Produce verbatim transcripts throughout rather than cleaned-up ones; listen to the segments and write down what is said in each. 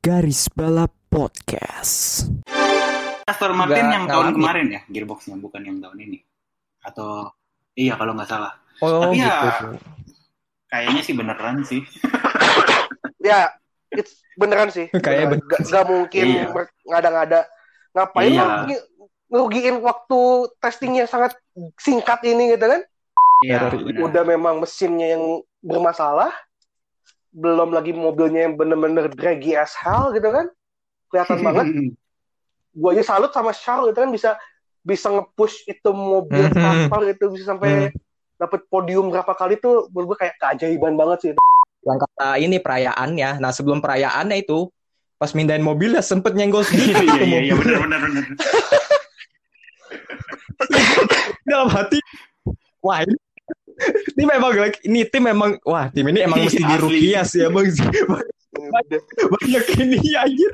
Garis Balap Podcast. Aston Martin yang tahun kemarin ya, gearboxnya, bukan yang tahun ini. Atau iya kalau nggak salah. Oh, Tapi gitu. ya kayaknya sih beneran sih. Ya, it's beneran sih. Kayaknya beneran. Gak, gak mungkin Iya. ngada-ngada. Ngapain Iya. lo nge- ngerugiin waktu testingnya sangat singkat ini gitu kan? Iya, Dari- benar. Udah memang mesinnya yang bermasalah, belum lagi mobilnya yang bener-bener draggy as hell gitu kan? Kelihatan banget. Gue aja salut sama Charles gitu kan, bisa bisa nge-push itu mobil Mhm. kapal itu bisa sampai dapet podium berapa kali tuh, menurut gue kayak keajaiban banget sih. Yang kata ini perayaannya. Nah, sebelum perayaannya itu pas mindahin mobil ya sempet nyenggol sedikit Iya, ke iya, iya, mobil. benar, benar, benar. Dalam hati, wah ini, ini memang ini tim memang wah tim ini emang mesti Asli. dirukias ya bang. Udah. Banyak ini anjir.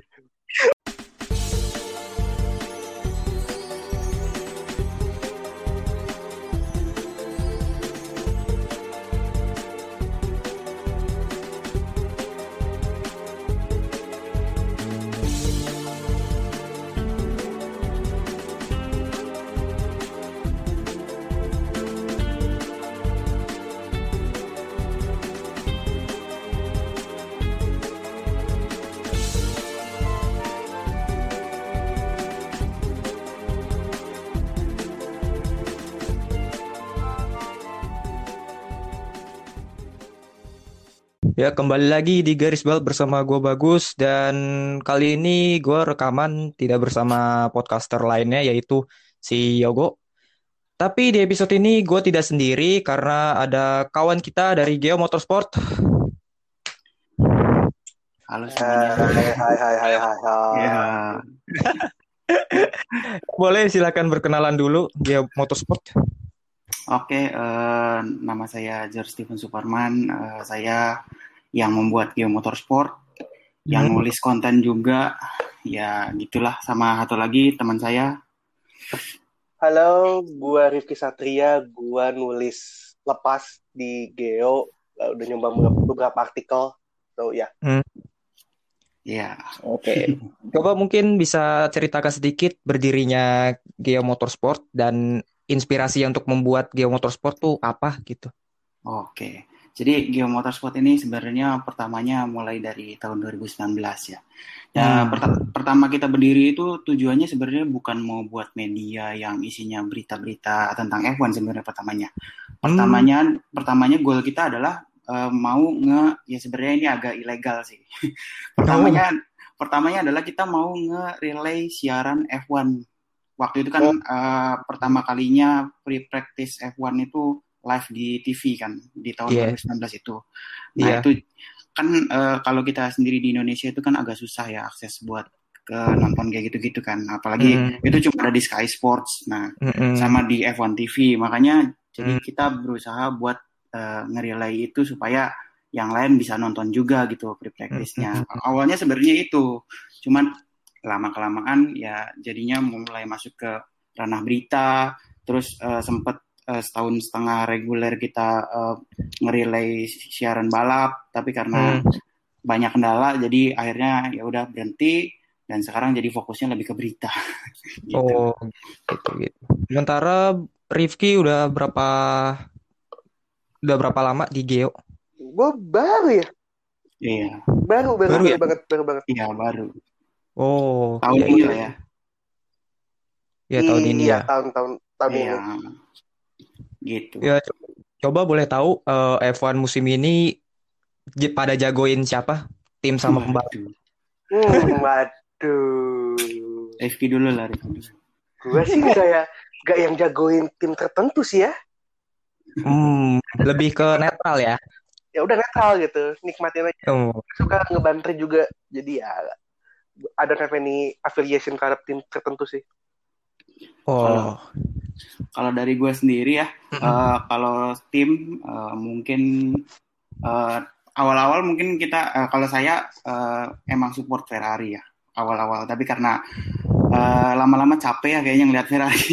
Ya, kembali lagi di Garis Balap bersama gue Bagus, dan kali ini gue rekaman tidak bersama podcaster lainnya yaitu si Yogo. Tapi di episode ini gue tidak sendiri karena ada kawan kita dari Geo Motorsport. Halo Hai semuanya. hai hai hai hai hai. Ya, Boleh silakan berkenalan dulu Geo Motorsport. oke, eh, nama saya George Steven Suparman. Eh, saya yang membuat Geo Motorsport, yang Hmm. nulis konten juga. Ya, gitulah, sama satu lagi teman saya. Halo, gua Rifki Satria, gua nulis lepas di Geo, udah nyoba beberapa artikel, so ya. Ya, Oke. Coba mungkin bisa ceritakan sedikit berdirinya Geo Motorsport dan inspirasi untuk membuat Geo Motorsport tuh apa gitu. oke. Jadi Geo Motorsport ini sebenarnya pertamanya mulai dari tahun dua ribu sembilan belas ya. Ya, Hmm. perta- pertama kita berdiri itu tujuannya sebenarnya bukan mau buat media yang isinya berita-berita tentang F satu sebenarnya pertamanya. Pertamanya, pertamanya goal kita adalah eh, mau nge, ya sebenarnya ini agak ilegal sih. pertamanya, pertamanya adalah kita mau nge-relay siaran F satu. Waktu itu kan eh, pertama kalinya free practice F satu itu live di T V kan di tahun Iya. dua ribu sembilan belas itu. Nah, Iya. itu kan eh, kalau kita sendiri di Indonesia itu kan agak susah ya akses buat ke nonton kayak gitu-gitu kan. Apalagi Mm. itu cuma ada di Sky Sports. Nah, Mm-mm. sama di F satu T V. Makanya jadi Hmm. kita berusaha buat eh, nge-relay itu supaya yang lain bisa nonton juga gitu free practice-nya. Hmm. Awalnya sebenarnya itu. Cuman lama-kelamaan ya jadinya mulai masuk ke ranah berita. Terus eh, sempet eh, setahun setengah reguler kita eh, nge-relay siaran balap, tapi karena Hmm. banyak kendala jadi akhirnya ya udah berhenti dan sekarang jadi fokusnya lebih ke berita. Gitu. Oh, gitu gitu. Sementara Rifki udah berapa udah berapa lama di Geo? Gua baru ya, Iya, baru baru, Baru baru ya? banget, baru banget. iya baru. Oh, Tahun iya, ini iya. lah ya. Ya tahun ini Iya, ya. tahun-tahun tahun Iya. ini. Gitu. Ya, co- coba boleh tahu eh, F satu musim ini j- pada jagoin siapa? Tim sama pembalap. Waduh. Hmm, waduh. Rifki dulu lah, Rifki dulu. Gua sih nggak ya, nggak yang jagoin tim tertentu sih ya. Hmm, lebih ke netral ya. Ya udah netral gitu, nikmatin aja. Oh, Suka ngebanter juga, jadi ya ada have any affiliation terhadap tim tertentu sih. oh, Kalau dari gue sendiri ya, eh, kalau tim eh, mungkin eh, awal-awal mungkin kita eh, kalau saya eh, emang support Ferrari ya awal-awal, tapi karena eh, lama-lama capek ya kayaknya ngeliat Ferrari.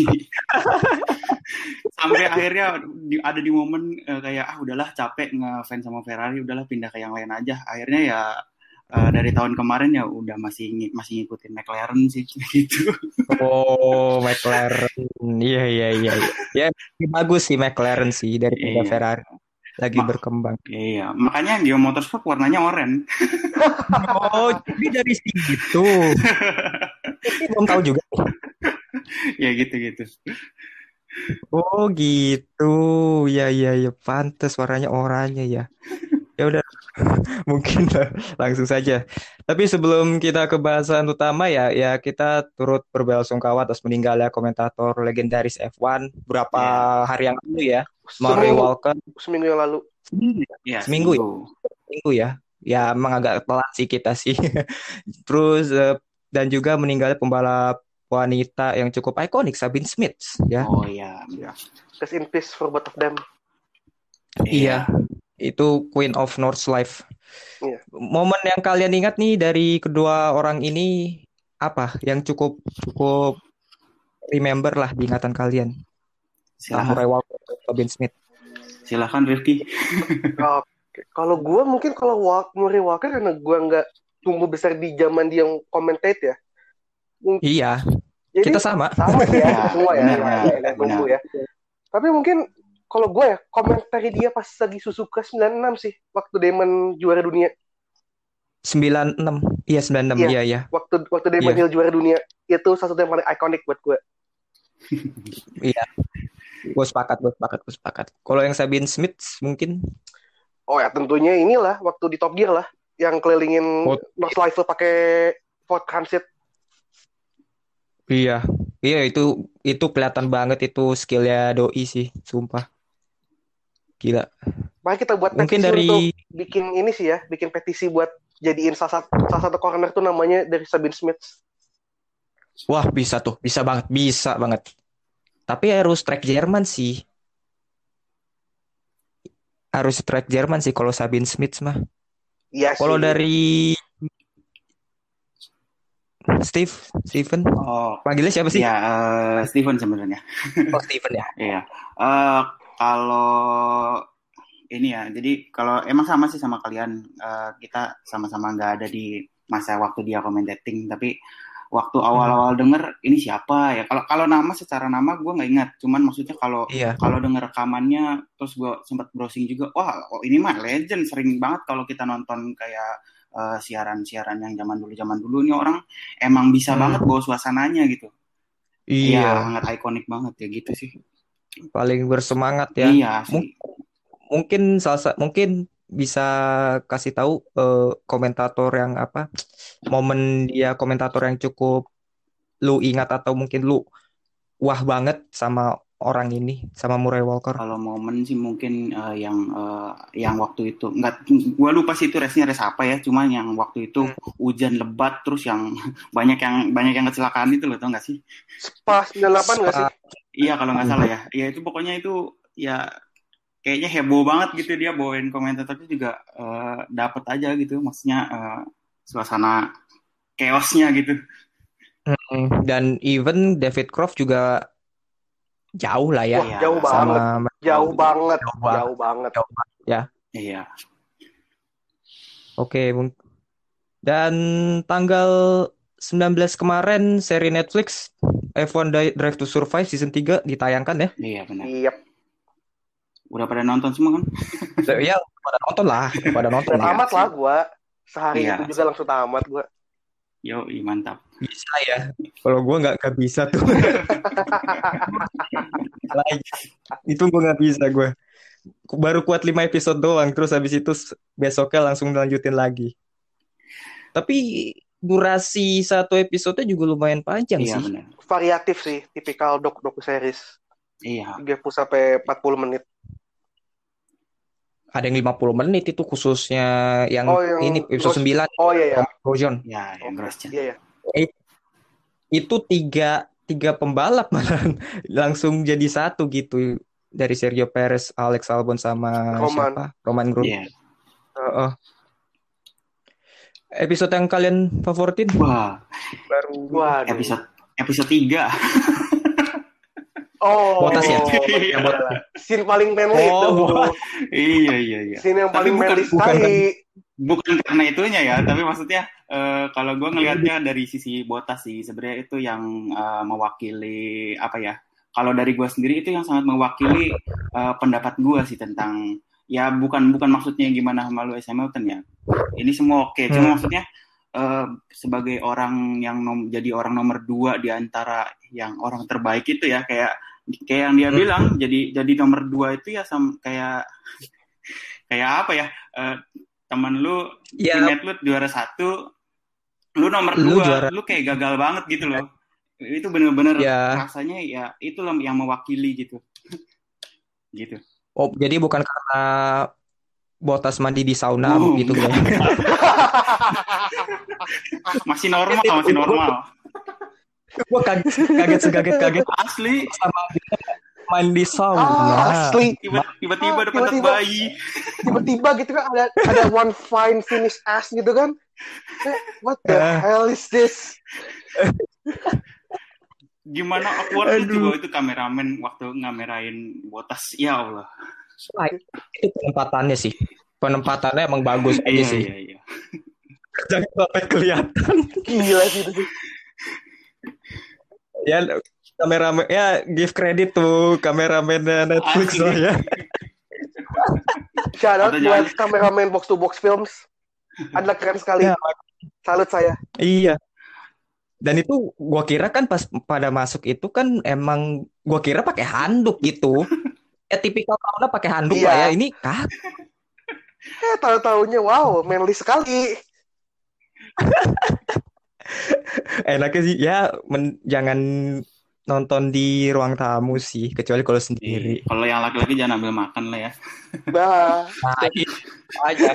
Sampai akhirnya di, ada di momen uh, kayak ah udahlah capek ngefans sama Ferrari, udahlah pindah ke yang lain aja. Akhirnya ya uh, dari tahun kemarin ya udah masih masih ngikutin McLaren sih gitu. Oh, McLaren. Iya, iya, iya. Ya, bagus sih McLaren sih daripada Iya. Ferrari. Lagi Ma- berkembang. Iya, makanya Geo Motorsport warnanya oranye. Oh, jadi dari situ. Tapi belum tahu juga. Ya gitu-gitu. Oh, gitu. Ya, ya, ya. Pantes warnanya oranye ya. Ya udah, mungkin langsung saja. Tapi sebelum kita ke bahasan utama ya, ya kita turut berbelasungkawa atas meninggalnya komentator legendaris F satu berapa Ya. hari yang lalu ya, Murray Seminggu, Walker. seminggu yang lalu. Ya, Seminggu ya? Seminggu ya. Ya emang agak telat sih kita sih. Terus eh, dan juga meninggalnya pembalap wanita yang cukup ikonik, Sabine Smith ya. Oh iya, iya. Rest in peace for both of them. Iya. Itu Queen of North Life. Iya. Momen yang kalian ingat nih dari kedua orang ini apa yang cukup cukup remember lah di ingatan kalian? Silahkan. Murray Walker, Sabine Smith. Silahkan Rifki. Oke, kalau gue mungkin kalau Walk, Murray Walker karena gue nggak tumbuh besar di zaman dia yang commentate ya. Mungkin, Iya. jadi Kita sama. sama sih ya, semua ya, Benar, benar, yang tumbuh ya. Tapi mungkin kalau gue ya komentari dia pas lagi Suzuka sembilan enam sih, waktu Damon juara dunia. sembilan enam. Iya, sembilan enam. Iya. Iya, iya. Waktu waktu Damon Iya. Hill juara dunia itu salah satu yang paling ikonik buat gue. Iya. Gue sepakat, gue sepakat, gue sepakat. Kalau yang Sabine Smith mungkin Oh ya tentunya inilah waktu di Top Gear lah yang kelilingin Oh. North Life pakai Ford Transit. iya. Iya, itu itu kelihatan banget itu skillnya doi sih, sumpah. Gila. Makanya kita buat Mungkin petisi dari untuk bikin ini sih ya, bikin petisi buat jadiin salah satu, salah satu corner tuh namanya dari Sabine Smith. wah, bisa tuh, bisa banget, bisa banget. Tapi harus track Jerman sih. Harus track Jerman sih kalau Sabine Smith mah. Iya sih. Kalau dari Steve, Steven, Oh, panggilnya siapa sih? ya eh, Steven sebenarnya. Oh, Steven ya. Iya. Eh, kalau ini ya, jadi kalau emang sama sih sama kalian, eh, kita sama-sama nggak ada di masa waktu dia commentating, tapi waktu awal-awal denger ini siapa ya? Kalau kalau nama secara nama gue nggak ingat, cuman maksudnya kalau Iya. kalau denger rekamannya, terus gue sempat browsing juga, wah oh, ini mah legend, sering banget kalau kita nonton kayak uh, siaran-siaran yang zaman dulu zaman dulu nih orang emang bisa Hmm. banget bawa suasananya gitu. Iya. Ya, sangat ikonik banget ya gitu sih. Paling bersemangat ya. Iya sih. Mung- mungkin salah sa- mungkin bisa kasih tahu eh, komentator yang apa momen dia komentator yang cukup lu ingat atau mungkin lu wah banget sama orang ini, sama Murray Walker. Kalau momen sih mungkin uh, yang uh, yang waktu itu nggak, gue lupa sih itu race-nya race apa ya, cuman yang waktu itu hujan lebat terus yang banyak yang banyak yang kecelakaan itu loh, tau nggak sih? Spa sembilan puluh delapan nggak sih? Iya kalau nggak salah ya, ya itu pokoknya itu ya kayaknya heboh banget gitu, dia bawain komentatornya juga uh, dapet aja gitu, maksudnya uh, suasana chaosnya gitu. Mm, Dan even David Croft juga jauh lah ya. Wah, Iya, jauh sama banget. Jauh banget. Jauh banget. Jauh banget. Jauh banget ya. Iya. Oke, mung- dan tanggal sembilan belas kemarin seri Netflix F satu Di- Drive to Survive season tiga ditayangkan ya. Iya benar. Iya. Udah pada nonton semua kan? Ya, pada nonton lah, pada nonton Udah lah. tamat lah gue. Sehari Iya. itu juga langsung tamat gue. Yo, mantap. Bisa ya. Kalau gue nggak nggak bisa tuh. Lagi. Itu gue nggak bisa gue. Baru kuat lima episode doang, terus habis itu s- besoknya langsung lanjutin lagi. Tapi durasi satu episode juga lumayan panjang Iya sih. benar. Variatif sih. Tipikal dok-doku series. Iya. tiga puluh sampai empat puluh menit. Ada yang lima puluh menit itu khususnya yang, Oh, yang ini episode Ghost- sembilan Oh iya ya. Explosion. Ya, yang Grosjean. Iya ya. Itu tiga tiga pembalap malah langsung jadi satu gitu dari Sergio Perez, Alex Albon sama Roman. siapa? Roman Grosjean. Iya. Heeh. Episode yang kalian favoritin? Wah, Baru Waduh. episode episode tiga. Oh. Botas ya? Yang Scene paling manly Oh, itu. Botas. Iya, iya, iya. Scene yang Tapi paling bukan- manly bukan- sekali. bukan karena itunya ya, tapi maksudnya uh, kalau gue ngelihatnya dari sisi Bottas sih, sebenarnya itu yang uh, mewakili apa ya? Kalau dari gue sendiri itu yang sangat mewakili uh, pendapat gue sih tentang ya bukan bukan maksudnya gimana sama Lewis Hamilton ya. Ini semua oke, okay. Cuma hmm. maksudnya uh, sebagai orang yang nom- jadi orang nomor dua di antara yang orang terbaik itu ya kayak kayak yang dia hmm. bilang jadi jadi nomor dua itu ya sama kayak kayak apa ya? Uh, teman lu, yeah. Teammate lu juara satu, lu nomor lu dua, juara. Lu kayak gagal banget gitu loh. Itu bener-bener yeah. Rasanya ya itu loh yang mewakili gitu. Gitu. Oh, jadi bukan karena Bottas mandi di sauna oh, gitu kan? Masih normal, masih normal. Gue kaget, kaget, kaget, kaget. Asli. Sama main di sauna. Ah, asli. Tiba-tiba ada pantat bayi. Tiba-tiba gitu kan ada ada one fine finish ass gitu kan. What the uh. hell is this? Gimana awkward itu itu kameramen waktu ngamerain Bottas. Ya Allah. Nah, itu penempatannya sih. Penempatannya emang bagus aja sih. Iya, iya. Jangan sampai kelihatan. Gila sih itu. Ya kameramen ya give credit tuh kameramen Netflix lah ya. Shout out buat kameramen box to box films. Anda keren sekali. Ya. Salut saya. Iya. Dan itu gua kira kan pas pada masuk itu kan emang gua kira pakai handuk gitu. Ya tipikal sauna pakai handuk iya. Lah ya. Ini kah? Eh tahu-taunya wow, manly sekali. Enaknya sih ya men- jangan nonton di ruang tamu sih, kecuali kalau sendiri. Kalau yang laki-laki jangan ambil makan lah ya. Bah, nah, aja.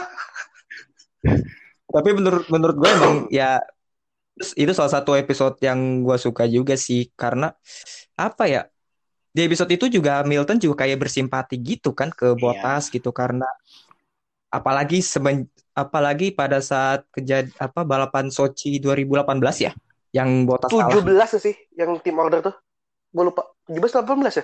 Tapi menurut menurut gue emang ya itu salah satu episode yang gue suka juga sih karena apa ya di episode itu juga Hamilton juga kayak bersimpati gitu kan ke Bottas yeah. Gitu karena apalagi seben, apalagi pada saat kejad apa balapan Sochi dua ribu delapan belas ya. Yang Bottas tujuh belas sih yang tim order tuh. Gue lupa. tujuh belas delapan belas ya?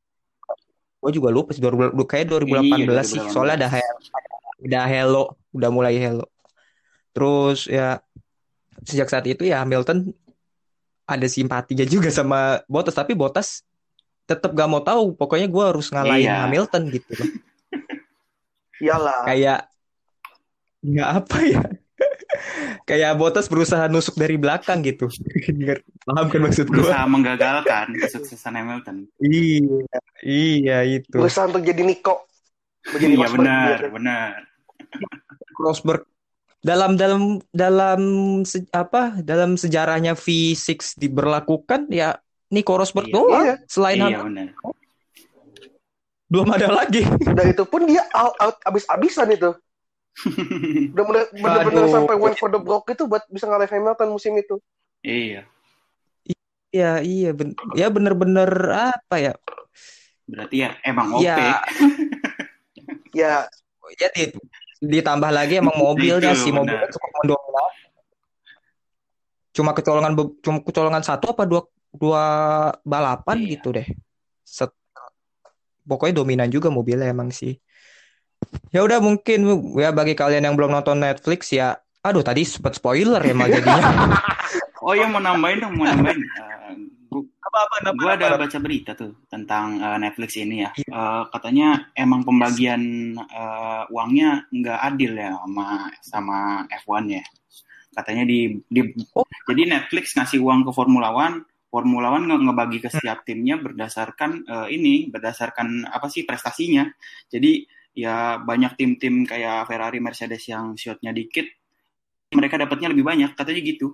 Gue juga lupa sih kayak dua ribu delapan belas iya, sih. Soalnya ada udah hello, udah mulai hello. Terus ya sejak saat itu ya Hamilton ada simpatinya juga sama Bottas tapi Bottas tetap gak mau tahu. Pokoknya gue harus ngalahin iya. Hamilton gitu loh. Iyalah. Kayak nggak apa ya? Kayak Bottas berusaha nusuk dari belakang gitu. Paham kan maksud gue? Berusaha menggagalkan kesuksesan Hamilton. Iya, iya itu. Berusaha untuk jadi Nico. Iya benar, gitu. Benar. Rosberg dalam dalam dalam se, apa? Dalam sejarahnya V enam diberlakukan ya Nico Rosberg iya, doang. Iya. Selain iya, Hamilton. Benar. Belum ada lagi. Dan itu pun dia out, out abis-abisan itu. Udah bener-bener sampai went for the block itu buat bisa ngalahin Hamilton musim itu. Iya. Iya, iya, ben- ya bener-bener apa ya? Berarti ya emang oke. Ya, Ya, ya di- ditambah lagi emang mobilnya Itu, si mobilnya benar. cukup mendominan. Cuma kecolongan be- cuma kecolongan satu apa dua dua balapan Iya. gitu deh. Set- pokoknya dominan juga mobilnya emang sih. Ya udah mungkin ya bagi kalian yang belum nonton Netflix ya, aduh tadi sempat spoiler ya malah jadinya. Oh iya mau nambahin dong, mau nambahin. Uh, gu- Apa-apa, apa, Gue ada apa. baca berita tuh tentang uh, Netflix ini ya. Uh, katanya emang pembagian uh, uangnya nggak adil ya sama sama F satu ya. Katanya di, di Oh. jadi Netflix ngasih uang ke Formula One, Formula One nge- ngebagi ke setiap timnya berdasarkan uh, ini, berdasarkan apa sih prestasinya. Jadi ya banyak tim-tim kayak Ferrari, Mercedes yang shotnya dikit, mereka dapatnya lebih banyak, katanya gitu.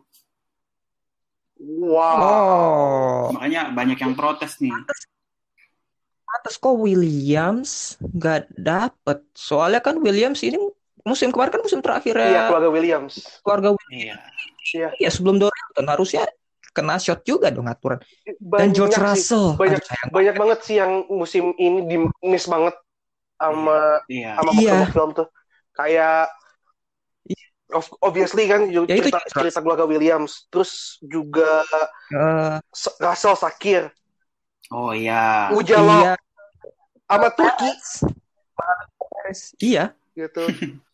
wow. Oh. Makanya banyak yang protes nih. Atas kok Williams nggak dapet? Soalnya kan Williams ini musim kemarin kan musim terakhir Iya, ya keluarga Williams. keluarga Williams. Iya. Iya. Ya sebelum Dorilton harusnya kena shot juga dong aturan. Dan Banyak George sih. Russell, Banyak aduh, sayang banyak banget sih yang musim ini di miss banget sama Iya. sama Iya. box film tuh. Kayak of- obviously kan ju- Ya itu cerita, George cerita keluarga Williams, terus juga Eh, S- Russell Sakir, Oh iya. Ujalo iya, sama Turki iya, gitu.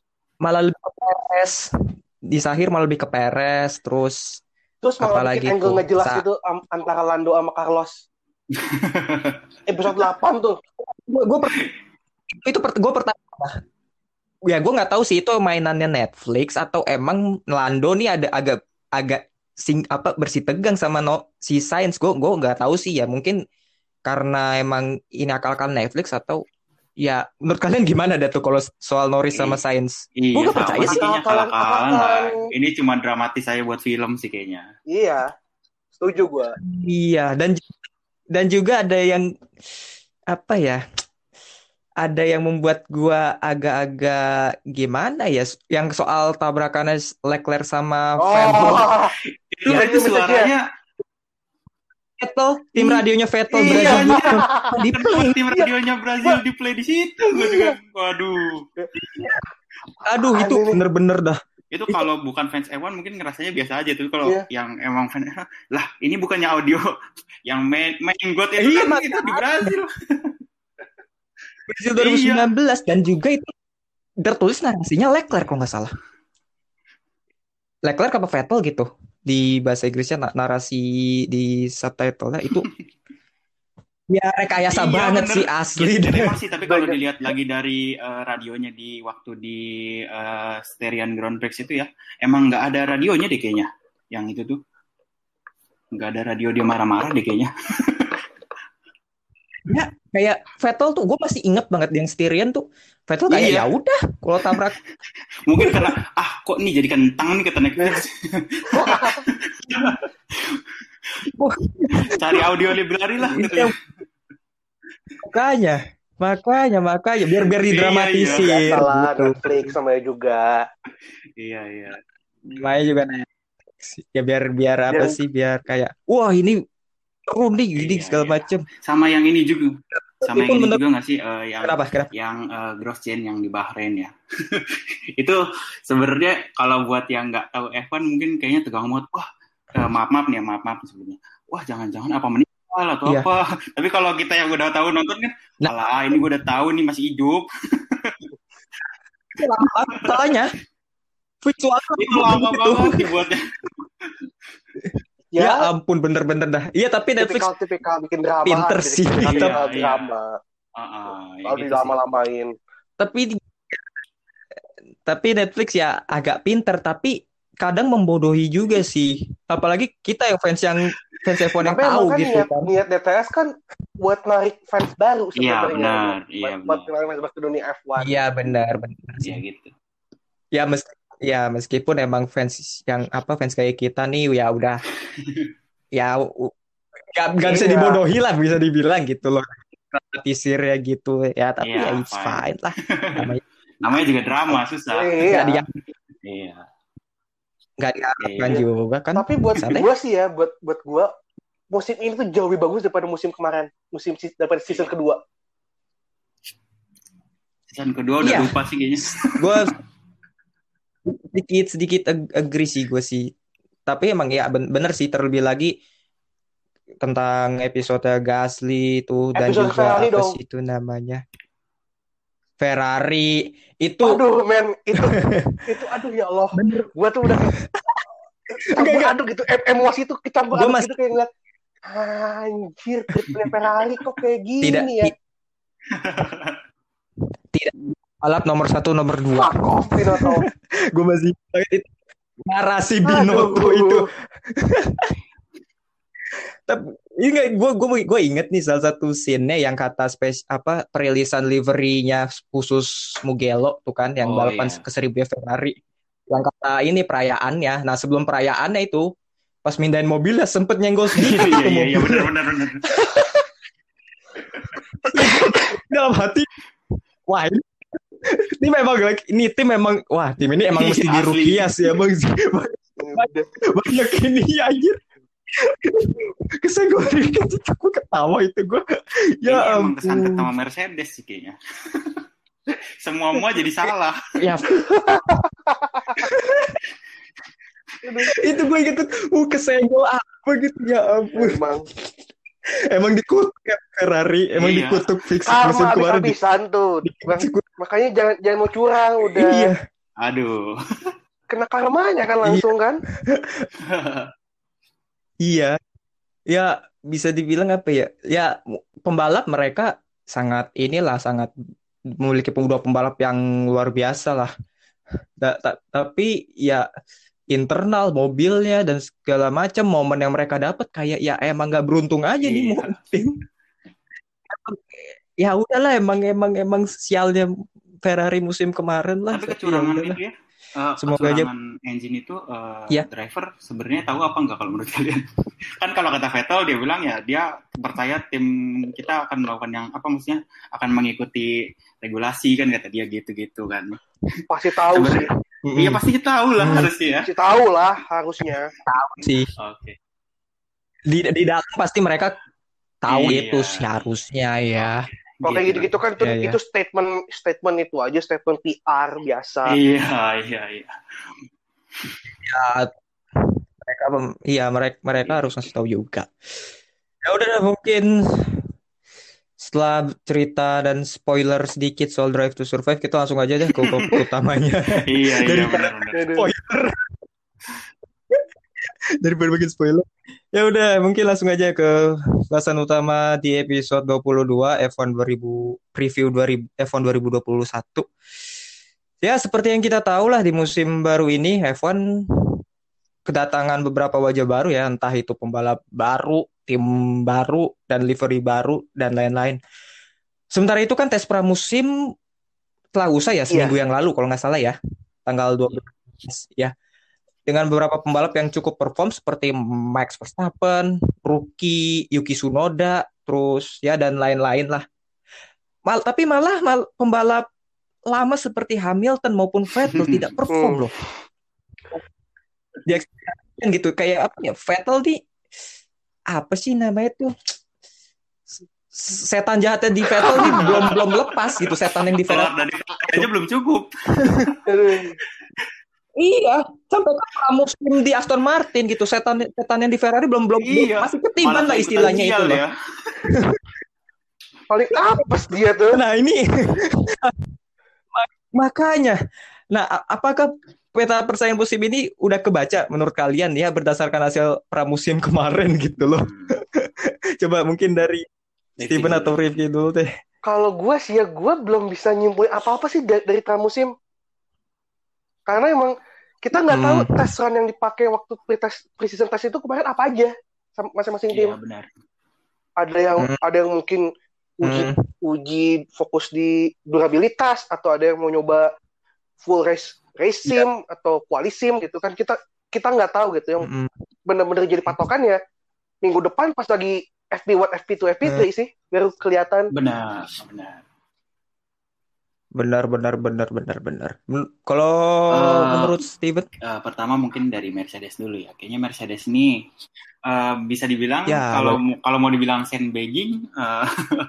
malah lebih ke Perez. Di Sahir malah lebih ke Perez, terus Terus malah apalagi bikin angle tuh nggak jelas Sa- gitu am- antara Lando sama Carlos. Episode delapan tuh. gue gue itu per, gue pertama ya gue nggak tahu sih itu mainannya Netflix atau emang Lando nih ada agak agak sing apa bersih tegang sama no, si Sainz. Gue gue nggak tahu sih ya, mungkin karena emang ini akal-akal Netflix atau ya menurut kalian gimana dah tuh kalau soal Norris sama Sainz? Iya, Gue gak sama percaya sih sih. kayaknya Akal-akalan, kalah-kalah lah. akal-akalan. Ini cuma dramatis saya buat film sih kayaknya. Iya, setuju gue. Iya, dan dan juga ada yang apa ya? Ada yang membuat gua agak-agak gimana ya, yang soal tabrakannya Leclerc sama Vettel. Oh, Itu Ya, itu itu suaranya Vettel, tim Ih, radionya Vettel iya, Brazil iya. gitu. Di kenapa tim radionya Brazil di play di situ? Gue juga, waduh. Aduh, itu Aneh nih. bener-bener dah. Itu kalau bukan fans F satu mungkin ngerasanya biasa aja tuh. Kalau Iya. yang emang fans lah, ini bukannya audio yang main main god itu Iya, kan makanya. itu di Brazil. Brazil dua ribu sembilan belas dan juga itu tertulis narasinya Leclerc kalau nggak salah. Leclerc apa Vettel gitu di bahasa Inggrisnya na- narasi di subtitle-nya itu ya rekayasa Iya, banget bener. sih asli. Ya, memang sih, tapi kalau Banyak. dilihat lagi dari eh, radionya di waktu di eh, Styrian Grand Prix itu ya, emang nggak ada radionya deh kayaknya. Yang itu tuh nggak ada radio, dia marah-marah deh kayaknya. Ya, kayak Vettel tuh gue masih inget banget yang Styrian tuh Vettel kayak Iya. ya udah kalau tabrak Mungkin karena ah kok nih jadi kentang nih kata Netflix. Cari audio library lah gitu ya. makanya makanya makanya biar biar didramatisir Iya, salah gitu. Netflix sama juga. Iya, iya. Namanya juga Netflix. Ya biar biar apa Biar- sih biar kayak wah ini seru nih gini Iya, segala iya. macem. Sama yang ini juga. Sama Itu yang ini menurut- juga nggak sih eh, yang Kenapa? Kenapa? yang uh, Grosjean yang di Bahrain ya. Itu sebenarnya kalau buat yang nggak tahu F satu mungkin kayaknya tegang banget. Wah, eh, maaf maaf nih, maaf maaf sebelumnya. Wah, jangan-jangan apa meninggal atau Iya. apa. Tapi kalau kita yang udah tahu nonton kan, Nah. alah ini gue udah tahu nih masih hidup. Soalnya visual Itu lama banget dibuatnya. Ya, Ya, ampun bener-bener dah. Iya tapi Netflix tipikal-tipikal bikin drama. pinter jadi sih. tipikal Iya, iya. drama. Ah, ah, ya Lalu gitu sih. dilama-lamain. tapi tapi Netflix ya agak pinter tapi kadang membodohi juga sih. Apalagi kita yang fans yang fans F satu yang Tapi tahu emang kan gitu niat, kan. niat D T S kan buat narik fans baru Iya, sebenarnya. benar. Iya, buat, buat benar. narik fans baru ke dunia F satu. Iya benar benar Iya sih. gitu. Ya mes ya meskipun emang fans yang apa fans kayak kita nih ya udah ya u- nggak nggak bisa Iya. dibodohi lah bisa dibilang gitu loh. Dramatisir ya gitu ya tapi Iya, ya it's fine. fine lah. Namanya Namanya juga drama, susah. Iya. nggak dia Iya. nggak diharapkan Iya. juga kan. Tapi buat Santai. gue sih ya, buat buat gue musim ini tuh jauh lebih bagus daripada musim kemarin, musim si- daripada season kedua. Season kedua udah Iya. lupa sih kayaknya. Gue sedikit sedikit ag- agree sih gue sih. Tapi emang ya ben- bener sih terlebih lagi tentang episode Gasly itu dan Episode juga Ferrari apa dong. sih itu namanya Ferrari itu Aduh men, itu itu aduh ya Allah, gue tuh udah campur Enggak, enggak. aduk gitu, em- emosi tuh kecampur Gua aduk mas- gitu kayak ngeliat anjir tripnya Ferrari kok kayak gini tidak ya. tidak balap nomor satu nomor dua. Fuck off Binotto. Gue masih itu narasi Aduh. Binotto itu. Tapi ini gue gue gue inget nih salah satu scene-nya yang kata spes apa perilisan livery-nya khusus Mugello tuh kan yang Oh, balapan iya. ke seribu Ferrari. Yang kata ini perayaannya. Nah sebelum perayaannya itu pas mindahin mobilnya sempet nyenggol sedikit Iya, tuh iya, iya, mobil. benar, benar, benar. Dalam hati wah ini, ini memang ini tim memang wah tim ini emang mesti Asli. dirukias ya bang. Udah. Banyak ini anjir. Kesel gue dikit gue ketawa itu gue. Ini Ya emang kesantet ampun. sama Mercedes sih kayaknya. Semua-mua jadi salah. Ya. Itu gue inget tuh, uh, kesenggol apa gitu ya ampun. Emang Emang dikutuk ya Ferrari, emang Iya. dikutuk fix musim karma kemarin. habis-habisan tuh. Bang. Dikutuk. Makanya jangan jangan mau curang udah. Iya. Aduh. Kena karmanya kan langsung kan. Iya, ya bisa dibilang apa ya? Ya pembalap mereka sangat inilah sangat memiliki dua pembalap yang luar biasa lah. Da- ta- tapi ya internal mobilnya dan segala macam momen yang mereka dapat kayak ya emang nggak beruntung aja nih Iya. mounting. Ya udahlah emang emang emang sialnya Ferrari musim kemarin lah. Tapi Ya kecurangan udahlah. itu ya, uh, Semoga aja kecurangan engine itu uh, ya. driver sebenarnya tahu apa enggak kalau menurut kalian? Kan kalau kata Vettel dia bilang ya dia percaya tim kita akan melakukan yang apa maksudnya akan mengikuti regulasi kan kata dia gitu-gitu kan. Pasti tahu sih. Iya pasti tahu lah Hmm. harusnya ya. Pasti tahu lah harusnya. Tahu sih. Oke. Di di dalam pasti mereka tahu Iya. itu seharusnya ya. Kalau kayak gitu-gitu kan itu, Iya, iya. itu statement statement itu aja statement P R biasa. Iya, iya, iya. Ya, mereka mem- iya mereka mereka harus ngasih tahu juga. Ya udah mungkin setelah cerita dan spoiler sedikit soal Drive to Survive kita langsung aja deh ke topik utamanya. Iya, iya Daripada benar-benar. Aduh. spoiler. Daripada bikin spoiler. Ya udah mungkin langsung aja ke bahasan utama di episode dua puluh dua F satu dua ribu preview dua ribu F satu dua ribu dua puluh satu. Ya seperti yang kita tahu lah di musim baru ini F satu kedatangan beberapa wajah baru ya, entah itu pembalap baru, tim baru dan livery baru dan lain-lain. Sementara itu kan tes pramusim telah usai ya seminggu Iya. yang lalu kalau nggak salah ya, tanggal dua belas ya. Dengan beberapa pembalap yang cukup perform seperti Max Verstappen, rookie Yuki Tsunoda, terus ya dan lain-lain lah. Mal, tapi malah mal, pembalap lama seperti Hamilton maupun Vettel tidak perform loh. Dia kan gitu kayak apa ya? Vettel di apa sih namanya tuh? Setan jahatnya di Vettel nih belum belum lepas gitu setan yang di Keluar Ferrari. dari aja belum cukup. Aduh. Iya, sampai ke pramusim di Aston Martin gitu, setan setan yang di Ferrari belum belum Iya. masih ketiban Malah lah ikutan istilahnya sial itu loh. ya. Paling apes dia tuh. Nah ini makanya, nah a- apakah peta persaingan musim ini udah kebaca menurut kalian ya berdasarkan hasil pramusim kemarin gitu loh? Hmm. Coba mungkin dari Rifki Steven dulu. atau Rifki dulu deh. Kalau gue sih ya gue belum bisa nyimpulin apa-apa sih dari, dari pramusim. Karena emang kita nggak Hmm. tahu tes run yang dipakai waktu pre-test, pre-season test itu kemarin apa aja sama masing-masing tim. Iya benar. Ada yang Hmm. ada yang mungkin uji Hmm. uji fokus di durabilitas atau ada yang mau nyoba full race race sim atau quali sim gitu kan kita kita nggak tahu gitu yang Mm-mm. benar-benar jadi patokan ya minggu depan pas lagi F P satu F P dua F P tiga sih baru kelihatan. Benar, benar. Benar benar benar benar benar. Men- Kalau Eh, menurut Steven, Eh, pertama mungkin dari Mercedes dulu ya. Kayaknya Mercedes ini eh, bisa dibilang Ya, kalau kalau mau dibilang sandbagging, eh,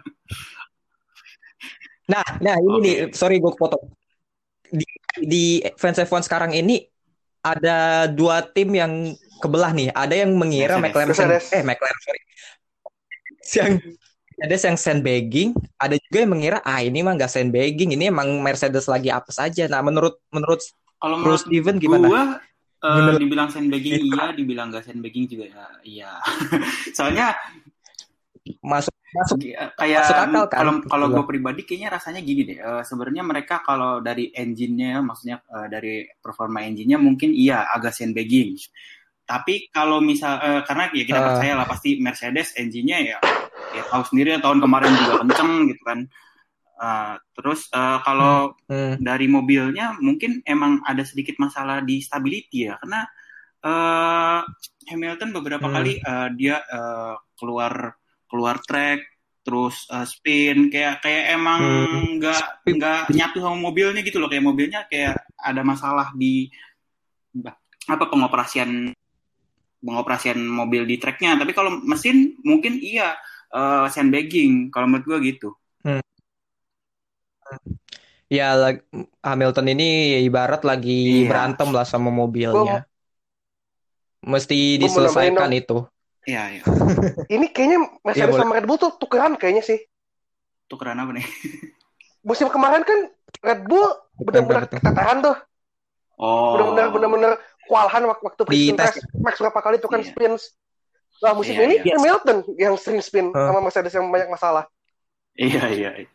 nah nah ini Oke. nih, sorry gue potong. Di, di fans F satu sekarang ini ada dua tim yang kebelah nih. Ada yang mengira Mercedes. McLaren sand- Mercedes. eh McLaren sorry. Yang ada yang sandbagging, ada juga yang mengira ah ini mah nggak sandbagging, ini emang Mercedes lagi apes aja. Nah, menurut menurut kalau Bro menurut Steven gimana? gua eh, Bener. dibilang sandbagging iya, dibilang nggak sandbagging juga ya. Iya. Soalnya Masuk masuk eh, kayak masuk akal kan? kalau kalau Gitu gue loh. pribadi kayaknya rasanya gini deh. Eh, sebenarnya mereka kalau dari engine-nya, maksudnya eh, dari performa engine-nya mungkin iya agak sandbagging. Tapi kalau misal eh, karena ya kita Ah. percaya lah pasti Mercedes engine-nya ya ya tahu sendiri tahun kemarin juga kenceng gitu kan. Uh, terus uh, kalau Hmm. dari mobilnya mungkin emang ada sedikit masalah di stability ya karena uh, Hamilton beberapa Hmm. kali uh, dia uh, keluar keluar track terus uh, spin kayak kayak emang Hmm. nggak Spin. nggak nyatu sama mobilnya gitu loh kayak mobilnya kayak ada masalah di apa pengoperasian pengoperasian mobil di tracknya tapi kalau mesin mungkin iya uh, sandbagging kalau menurut gue gitu. Ya lag- Hamilton ini ibarat lagi Iya. berantem lah sama mobilnya. Mesti Gua mau diselesaikan nambahin itu. Iya, iya. Ini kayaknya Mercedes boleh. sama Red Bull tuh tukeran kayaknya sih. Tukeran apa nih? Musim kemarin kan Red Bull benar-benar Betul. keteteran tuh. Oh. Benar-benar benar-benar kewalahan waktu, waktu Di sprint tes. test. Max berapa kali tuh kan Iya. sprint. Nah musim Iya, ini iya. Hamilton yang sering spin Huh. sama Mercedes yang banyak masalah. Iya, iya, iya.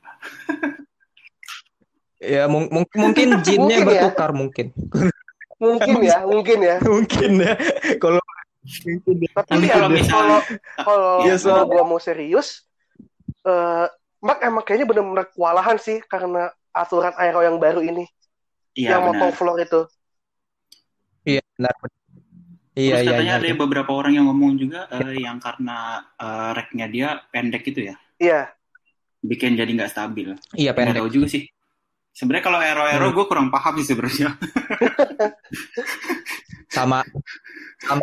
Ya mung- mung- mungkin jinnya Mungkin ya. bertukar mungkin. Mungkin ya, mungkin ya. Mungkin ya. Kalau mungkin ya. Tapi Tapi ya kalau misalnya kalau kalau Iya, Yes, kalau Bang. gua mau serius, eh Mark emang kayaknya benar-benar kewalahan sih karena aturan aero yang baru ini, iya yang motor benar. floor itu. Iya benar. Terus Iya iya katanya iya. ada iya. beberapa orang yang ngomong juga eh, yang karena eh, racknya dia pendek gitu ya, Iya, bikin jadi nggak stabil. Iya Nggak pendek. tahu juga sih. Sebenarnya kalau aero-aero Hmm. gue kurang paham sih sebenarnya. Sama sama.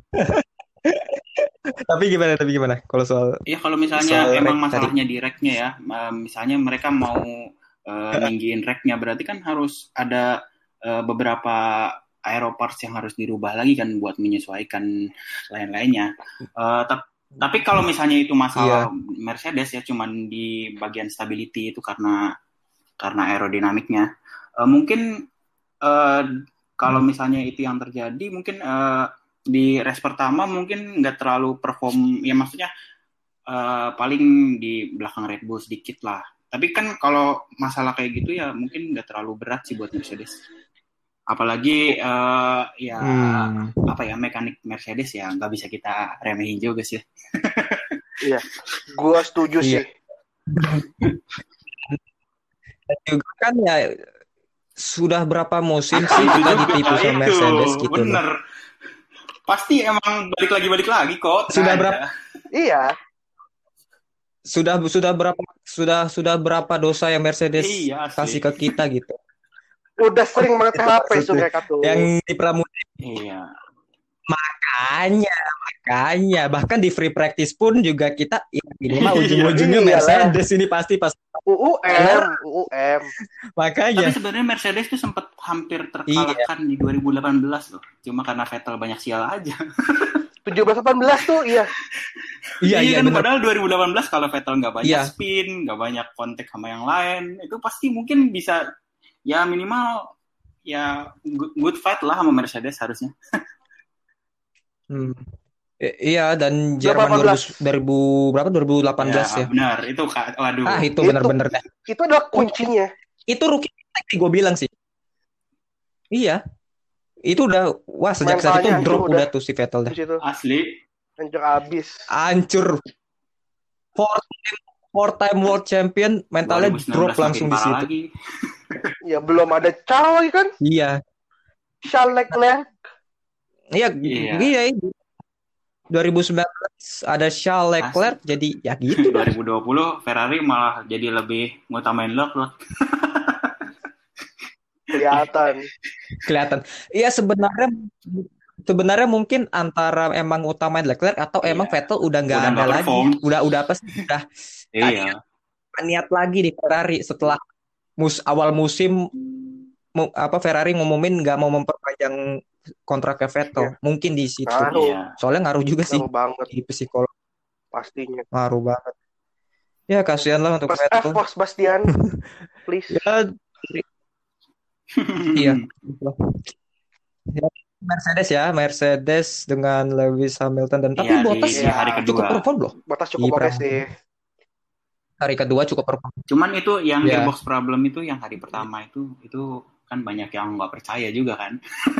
Tapi gimana? Tapi gimana? Kalau soal Ya kalau misalnya soal emang rack tadi. masalahnya di racknya ya, eh, misalnya mereka mau eh, ninggiin racknya, berarti kan harus ada eh, beberapa aero parts yang harus dirubah lagi kan buat menyesuaikan lain-lainnya. Eh, tap- tapi kalau misalnya itu masalah Mercedes ya, cuman di bagian stability itu karena karena aerodinamiknya, Eh, mungkin eh, kalau misalnya itu yang terjadi, mungkin eh, di race pertama mungkin nggak terlalu perform, ya maksudnya eh, paling di belakang Red Bull sedikit lah. Tapi kan kalau masalah kayak gitu ya mungkin nggak terlalu berat sih buat Mercedes. Apalagi eh, ya Hmm. apa ya, mekanik Mercedes ya nggak bisa kita remehin juga sih. iya. Gua setuju Iya. sih. Dan juga kan ya sudah berapa musim sih Itu kita juga ditipu sama itu, Mercedes gitu loh. bener. Pasti emang balik lagi balik lagi kok. Sudah Nah, berapa Iya, sudah sudah berapa sudah sudah berapa dosa yang Mercedes Iya, asli. kasih ke kita gitu. udah sering banget H P tuh mereka tuh. Yang di pramusim Iya. makanya makanya bahkan di free practice pun juga kita ya, minimal Iya, ujung-ujungnya iyalah. Mercedes ini pasti pas U U M, U U M. makanya Tapi sebenarnya Mercedes tuh sempat hampir terkalahkan di dua ribu delapan belas loh. Cuma karena Vettel banyak sial aja. tujuh belas delapan belas tuh iya. iya iya kan benar. padahal dua ribu delapan belas kalau Vettel nggak banyak Iya. spin, nggak banyak kontak sama yang lain, itu pasti mungkin bisa ya minimal ya good, good fight lah sama Mercedes harusnya. Hmm. I- iya dan Berapa Jerman belas? dua ribu berapa dua ribu delapan belas ya. Benar, itu Kak. Waduh. Ah itu Itu- benar-benar dah. Itu adalah kuncinya. Itu rookie tag gue bilang sih. Iya. Itu udah wah sejak saat itu Mentalnya hancur drop udah. udah tuh si Vettel dah. Di situ Asli. hancur abis. Hancur. Four time, four time world champion mentalnya dua ribu sembilan drop belas langsung makin di parah situ. lagi. Ya belum ada Charles lagi kan? Iya. Charles Leclerc. Iya, Iya. iya. iya. dua ribu sembilan belas ada Charles Leclerc jadi ya gitu. dua ribu dua puluh Ferrari malah jadi lebih ngutamain Leclerc. Kelihatan. Kelihatan. Iya sebenarnya sebenarnya mungkin antara emang utamain Leclerc atau Iya. emang Vettel udah nggak Udah ada nggak lagi. perform. Udah udah apa sih? Udah Iya. niat lagi di Ferrari setelah mus awal musim mu- apa Ferrari ngumumin nggak mau memperpanjang kontraknya Vettel. Iya. Mungkin di situ. Ngaruh. Iya. Soalnya ngaruh juga sih Ngaruh banget di psikolog, pastinya. ngaruh banget. Ya kasihan lah untuk Mas F, Vettel. Mas Bastian, please. Ya, iya. Ya, Mercedes ya, Mercedes dengan Lewis Hamilton dan tapi Iya, di- Bottas di hari kedua. cukup perform loh. Batas cukup Iya, oke Pram. sih. Hari kedua cukup perform. Cuman itu yang Ya. gearbox problem itu yang hari pertama itu itu kan banyak yang nggak percaya juga kan.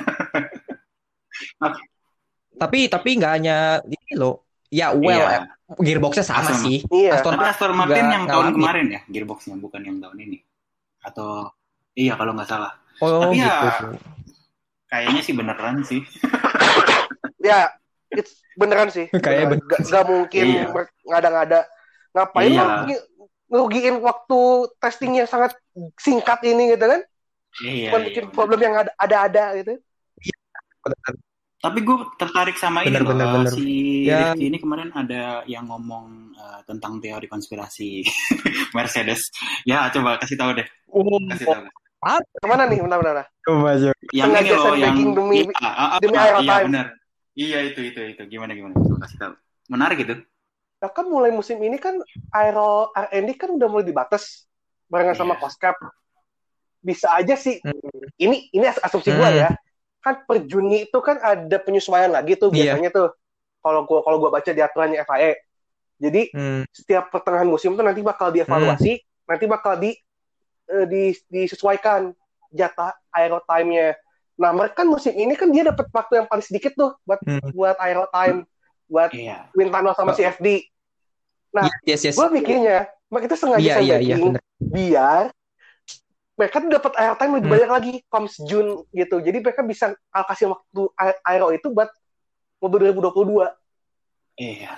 Tapi tapi nggak hanya ini loh. Ya well, Iya. eh, gearboxnya sama Aston- sih. Iya. Aston Tapi Aston Martin nggak yang tahun ngalamin. kemarin ya gearboxnya, bukan yang tahun ini. Atau iya kalau nggak salah. Oh Tapi ya- gitu. Kayaknya sih beneran sih. Ya, it's beneran sih. Kayaknya Beneran. Gak, gak mungkin Iya. mer- ngada-ngada. Ngapain Iya. lo nge- ngerugiin waktu testing yang sangat singkat ini gitu kan? Iya. Cuma iya, bikin bener. problem yang ada- ada-ada gitu. Tapi gue tertarik sama ini Bener, loh. bener, eh, bener. Si Ya. Rifki ini kemarin ada yang ngomong eh, tentang teori konspirasi Mercedes. Ya coba kasih tahu deh. Oh, Kasih tahu. Kemana nih? Bentar-bentar. coba coba. Yang ini Sengaja loh yang sandbagging demi- iya, ah, ah, demi ah, aero iya time. benar. Iya itu itu itu gimana gimana coba kasih tahu. Menarik itu. Nah kan mulai musim ini kan aero R and D kan udah mulai dibatas barengan sama Iya. cost cap. bisa aja sih. Hmm. Ini ini as- asumsi gue Hmm. ya. Kan per Juni itu kan ada penyesuaian lagi tuh Iya. biasanya tuh. Kalau gua kalau gua baca di aturannya F I A. Jadi Hmm. setiap pertengahan musim tuh nanti bakal dievaluasi, nanti bakal di, eh, di disesuaikan jatah aero time-nya. Nah, mereka kan musim ini kan dia dapat waktu yang paling sedikit tuh buat Hmm. buat aero time, buat Iya. wind tunnel sama C F D. Nah, Yes, yes. gue mikirnya, mereka itu sengaja Iya, iya, iya, sandbagging benar. biar mereka tuh dapat air time lebih Hmm. banyak lagi comes June gitu. Jadi mereka bisa alokasi waktu aer- aero itu buat mobil dua ribu dua puluh dua. Iya.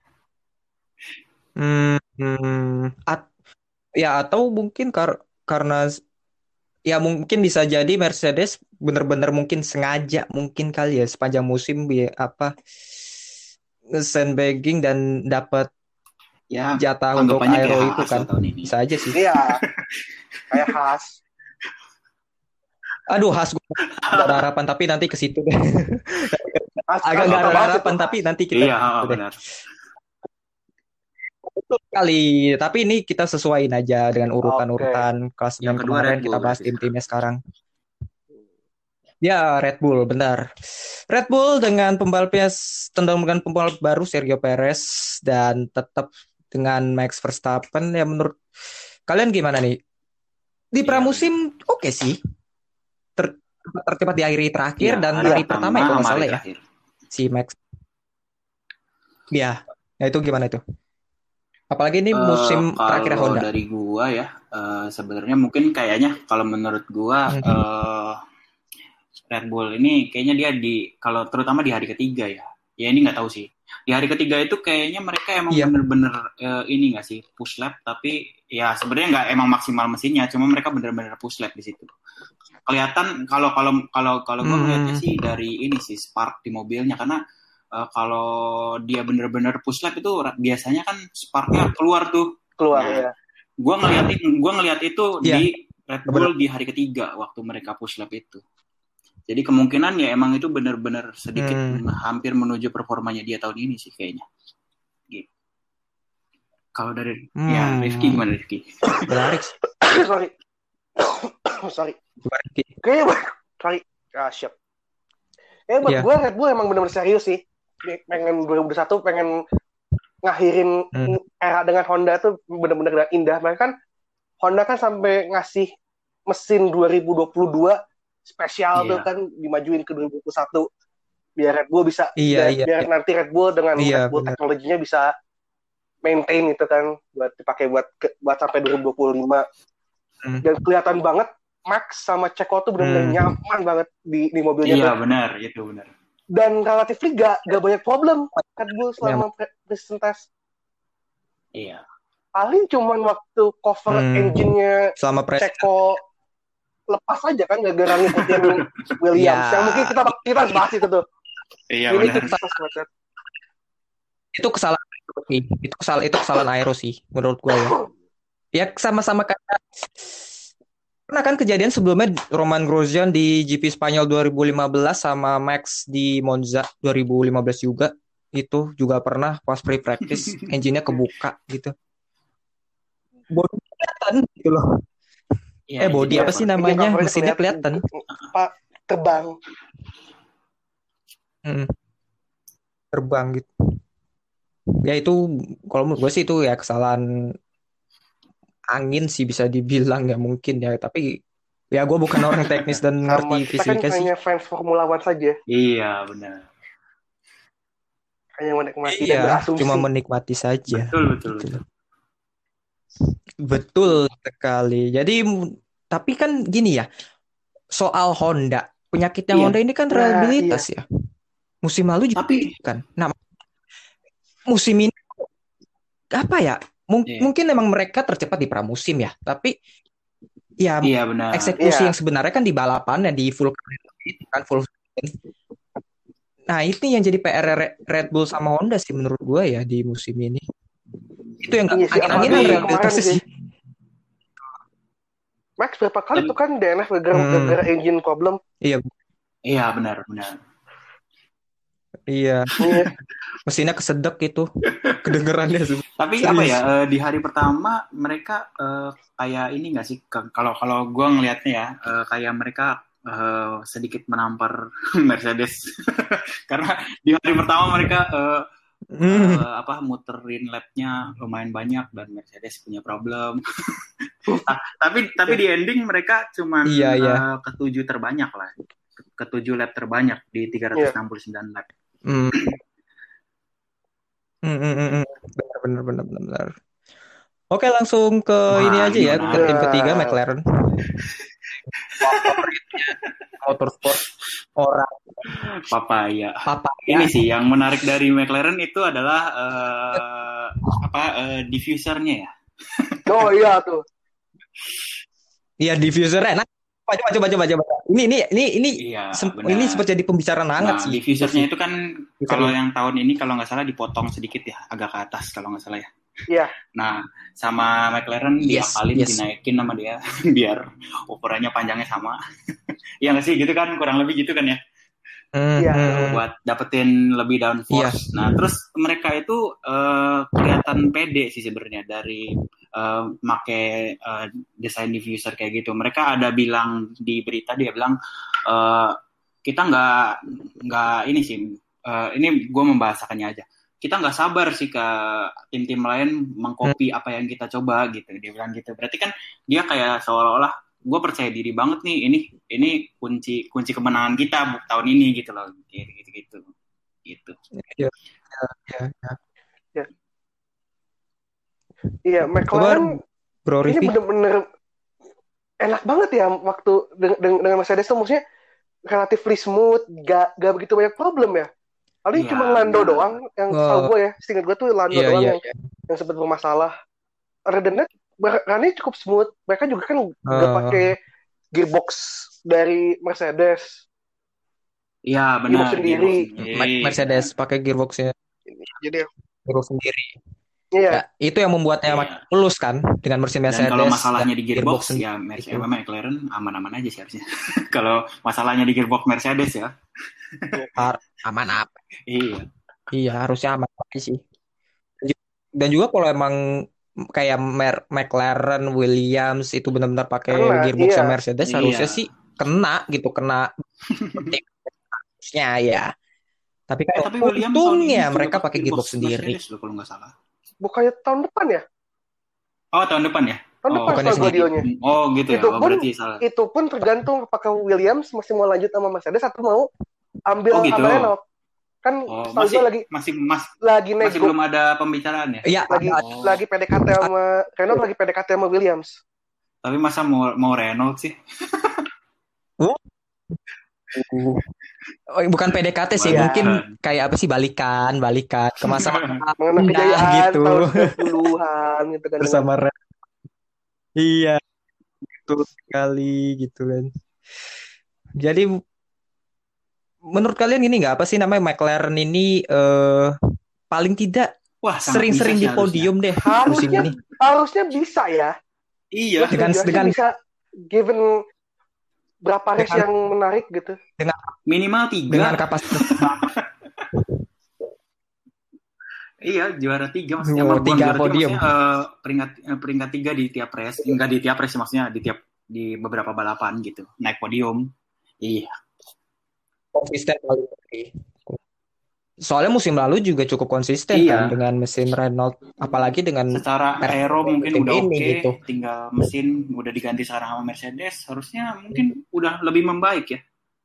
Hmm, hmm. At- ya atau mungkin kar- karena ya mungkin bisa jadi Mercedes benar-benar mungkin sengaja mungkin kali ya sepanjang musim bi apa sandbagging dan dapat Ya, jatah untuk anggapannya aero kayak itu Haas kan. lah tahun ini. Bisa aja sih. Iya, kayak khas. Aduh, Haas gue gak ada harapan tapi nanti ke situ deh. Khas Agak khas gak ada banget harapan itu, tapi khas. nanti kita Iya, ke situ deh. benar. Betul kali. Tapi ini kita sesuaiin aja dengan urutan-urutan klasemen Yang kedua kemarin. Red Bull Kita bahas berarti tim-timnya sekarang. Ya, Red Bull, benar. Red Bull dengan pembalapnya tendang dengan pembalap baru Sergio Perez dan tetap dengan Max Verstappen. Ya menurut kalian gimana nih? Di Iya, pramusim oke sih. Ter- tercepat di hari terakhir Iya, dan hari hari pertama ya kalau nggak sama salah hari ya terakhir. si Max. Ya, nah itu gimana itu? Apalagi ini Eh, musim terakhir kalau Honda. dari gua ya, eh, sebenarnya mungkin kayaknya kalau menurut gua Mhm. eh, Red Bull ini kayaknya dia di kalau terutama di hari ketiga ya. Ya ini nggak tahu sih. Di hari ketiga itu kayaknya mereka emang Iya. bener-bener eh, ini nggak sih push lap, tapi ya sebenarnya nggak emang maksimal mesinnya, cuma mereka bener-bener push lap di situ. Kelihatan kalau kalau kalau kalau gua Hmm. ngeliatnya sih dari ini sih spark di mobilnya karena eh, kalau dia bener-bener push lap itu ra- biasanya kan sparknya keluar tuh. Keluar Nah, ya. gua ngeliat itu, gua ngeliat itu Iya, di Red Bull di hari ketiga waktu mereka push lap itu. Jadi kemungkinan ya emang itu benar-benar sedikit Hmm. hampir menuju performanya dia tahun ini sih kayaknya. Gitu. Kalau dari ya Hmm. Rifki gimana Rifki? Menarik sih. Sorry. Sorry. Gimana, Ki? Kayaknya buat sorry. Ah, siap. Eh buat Iya. gue Red Bull emang benar-benar serius sih. Pengen dua ribu dua puluh satu pengen ngakhirin Hmm. era dengan Honda tuh benar-benar indah. Mereka kan Honda kan sampai ngasih mesin dua ribu dua puluh dua spesial Iya. tuh kan dimajuin ke dua ribu dua puluh satu biar Red Bull bisa Iya, biar, iya, biar iya. nanti Red Bull dengan Iya, Red Bull benar. teknologinya bisa maintain itu kan buat dipakai buat ke- buat sampai dua ribu dua puluh lima. Hmm. Dan kelihatan banget Max sama Checo tuh benar-benar Hmm. nyaman banget di di mobilnya Iya tuh. benar, itu benar. Dan relatif gak, gak banyak problem Red Bull selama pre- present test. Iya. Paling cuman waktu cover Hmm. engine-nya Selama pres Checo lepas aja kan gara-gara ngikutin Williams. Ya. Yang mungkin kita kita harus bahas itu tuh. Iya Ini benar. kita bahas banget. itu kesalahan Aero sih. Itu kesalahan itu kesalahan Aero sih menurut gua ya. Ya sama-sama kayak karena kan kejadian sebelumnya Roman Grosjean di G P Spanyol dua ribu lima belas sama Max di Monza dua ribu lima belas juga itu juga pernah pas pre practice engine-nya kebuka gitu. Body kelihatan gitu loh. Iya, Eh body jadi apa cover. sih namanya? Engine covernya Mesinnya kelihatan. Pak terbang. Mm, terbang gitu. Ya itu kalau menurut gue sih itu ya kesalahan angin sih bisa dibilang ya mungkin ya, tapi ya gue bukan orang teknis dan Sama ngerti kita kan fisika sih. hanya fans Formula One saja. Iya benar. Hanya menikmati dan Iya, berasumsi. cuma menikmati saja. Betul betul Gitu. betul. Betul sekali. Jadi m- tapi kan gini ya, soal Honda, penyakitnya Iya. Honda ini kan Nah, reliabilitas ya. Musim lalu juga Tapi kan. Nah, musim ini apa ya? Mung- Iya. Mungkin memang mereka tercepat di pramusim ya, tapi ya iya benar. eksekusi Iya. yang sebenarnya kan di balapannya di full kan full. Nah, itu yang jadi P R Re- Red Bull sama Honda sih menurut gue ya di musim ini. Itu yang Iya sih, angin-anginan apalagi realitasnya kemarin sih. Max berapa kali tuh kan D N F gara-gara Hmm. gara-gara engine problem. Iya, Iya benar benar. iya. Iya. Mesinnya kesedek itu. Kedengerannya. Tapi apa ya, uh, di hari pertama mereka uh, kayak ini nggak sih? Kalau kalau gue ngelihatnya ya, uh, kayak mereka uh, sedikit menampar Mercedes karena di hari pertama mereka uh, Hmm. uh, apa muterin lapnya lumayan banyak dan Mercedes punya problem. tapi tapi di ending mereka cuman Iya, iya. uh, ketujuh terbanyak lah, ketujuh lap terbanyak di tiga ratus enam puluh sembilan lap. Hmm. Hmm, hmm, hmm, hmm. Benar, benar, benar, benar, benar. Oke, langsung ke Wah, ini aja ini ya, menarik. ke tim ketiga McLaren. Motorsport orang Papaya. Papaya. Ini sih yang menarik dari McLaren itu adalah uh, apa uh, diffusernya ya. Oh iya tuh. Iya, diffusernya. Nah, coba coba coba coba coba. Ini ini ini ini iya, sem- benar. ini sempat jadi pembicaraan hangat Nah, sih. diffusernya itu kan kalau yang tahun ini kalau nggak salah dipotong sedikit ya, agak ke atas kalau nggak salah ya. Iya. Nah, sama McLaren Yes, diakalin, yes. dinaikin sama dia biar ukurannya panjangnya sama. Iya nggak sih, gitu kan, kurang lebih gitu kan ya. Iya. Hmm. Buat dapetin lebih downforce. Iya. Nah, terus mereka itu uh, kelihatan pede sih sebenarnya dari uh, make uh, desain diffuser kayak gitu. Mereka ada bilang di berita, dia bilang uh, kita nggak nggak ini sih, uh, ini gue membahasakannya aja. Kita nggak sabar sih ke tim-tim lain mengcopy hmm. apa yang kita coba gitu. Dia bilang gitu. Berarti kan dia kayak seolah-olah gue percaya diri banget nih, ini ini kunci kunci kemenangan kita tahun ini gitu loh, gitu gitu gitu. Gitu. Iya, iya, iya. Iya, iya McLaren Bro, ini bener-bener enak banget ya waktu dengan, dengan Mercedes tuh, maksudnya relatively smooth, gak, gak begitu banyak problem ya. Paling ya, cuma Lando nah. doang yang uh, tahu gue ya, seingat gue tuh Lando iya, doang iya, yang iya. yang sempat bermasalah. Other than that, ini cukup smooth. Mereka juga kan udah uh. pakai gearbox dari Mercedes. Iya benar. Gearbox sendiri. Mercedes pakai gearboxnya. Jadi gearbox sendiri. Iya. Ya, itu yang membuatnya iya. mulus kan dengan mesin Mercedes. Dan kalau masalahnya di gearbox, gearbox ya Mercedes gitu. McLaren aman-aman aja sih harusnya. Kalau masalahnya di gearbox Mercedes ya. Aman apa? Iya. Iya, harusnya aman sih. Dan juga kalau emang kayak Mer- McLaren, Williams itu benar-benar pakai gearbox iya. Mercedes, iya. harusnya sih kena gitu, kena harusnya ya. Tapi kan eh, tapi untungnya mereka pakai gearbox, gearbox sendiri. Loh, kalau nggak salah. Bukannya tahun depan ya? Oh, tahun depan ya? Tahun oh, depan soal videonya. Oh, gitu itu ya. Oh, pun, berarti salah. Itu pun tergantung apakah Williams masih mau lanjut sama Mercedes atau mau ambil oh, gitu. sama Renault. Kan oh, masih, lagi masih mas, lagi nego. Masih belum ada pembicaraan ya? Iya, lagi oh. lagi P D K T sama Renault, lagi P D K T sama Williams. Tapi masa mau mau Renault sih? uh. Oh, bukan P D K T sih, ya. Mungkin kayak apa sih balikan, balikan ke masa mengenai kejayaan gitu. Tahun sembilan puluhan gitu kan. Bersama Red. Iya. Betul sekali gitu kan. Jadi menurut kalian ini nggak apa sih namanya McLaren ini uh, paling tidak Wah, sering-sering di podium harusnya. deh harusnya, musim ini. Harusnya bisa ya. Iya. Dengan dengan bisa given berapa race yang menarik gitu. Dengan minimal tiga. Dengan kapasitas. Iya, juara tiga maksudnya. Oh, tiga podium. Maksudnya, uh, peringkat uh, peringkat tiga di tiap race, enggak di tiap race maksudnya di tiap di beberapa balapan gitu. Naik podium. Iya. Konsisten kali ini. Soalnya musim lalu juga cukup konsisten iya. kan dengan mesin Renault, apalagi dengan secara aero mungkin udah oke, okay, gitu. Tinggal mesin udah diganti sekarang sama Mercedes, harusnya mungkin udah lebih membaik ya.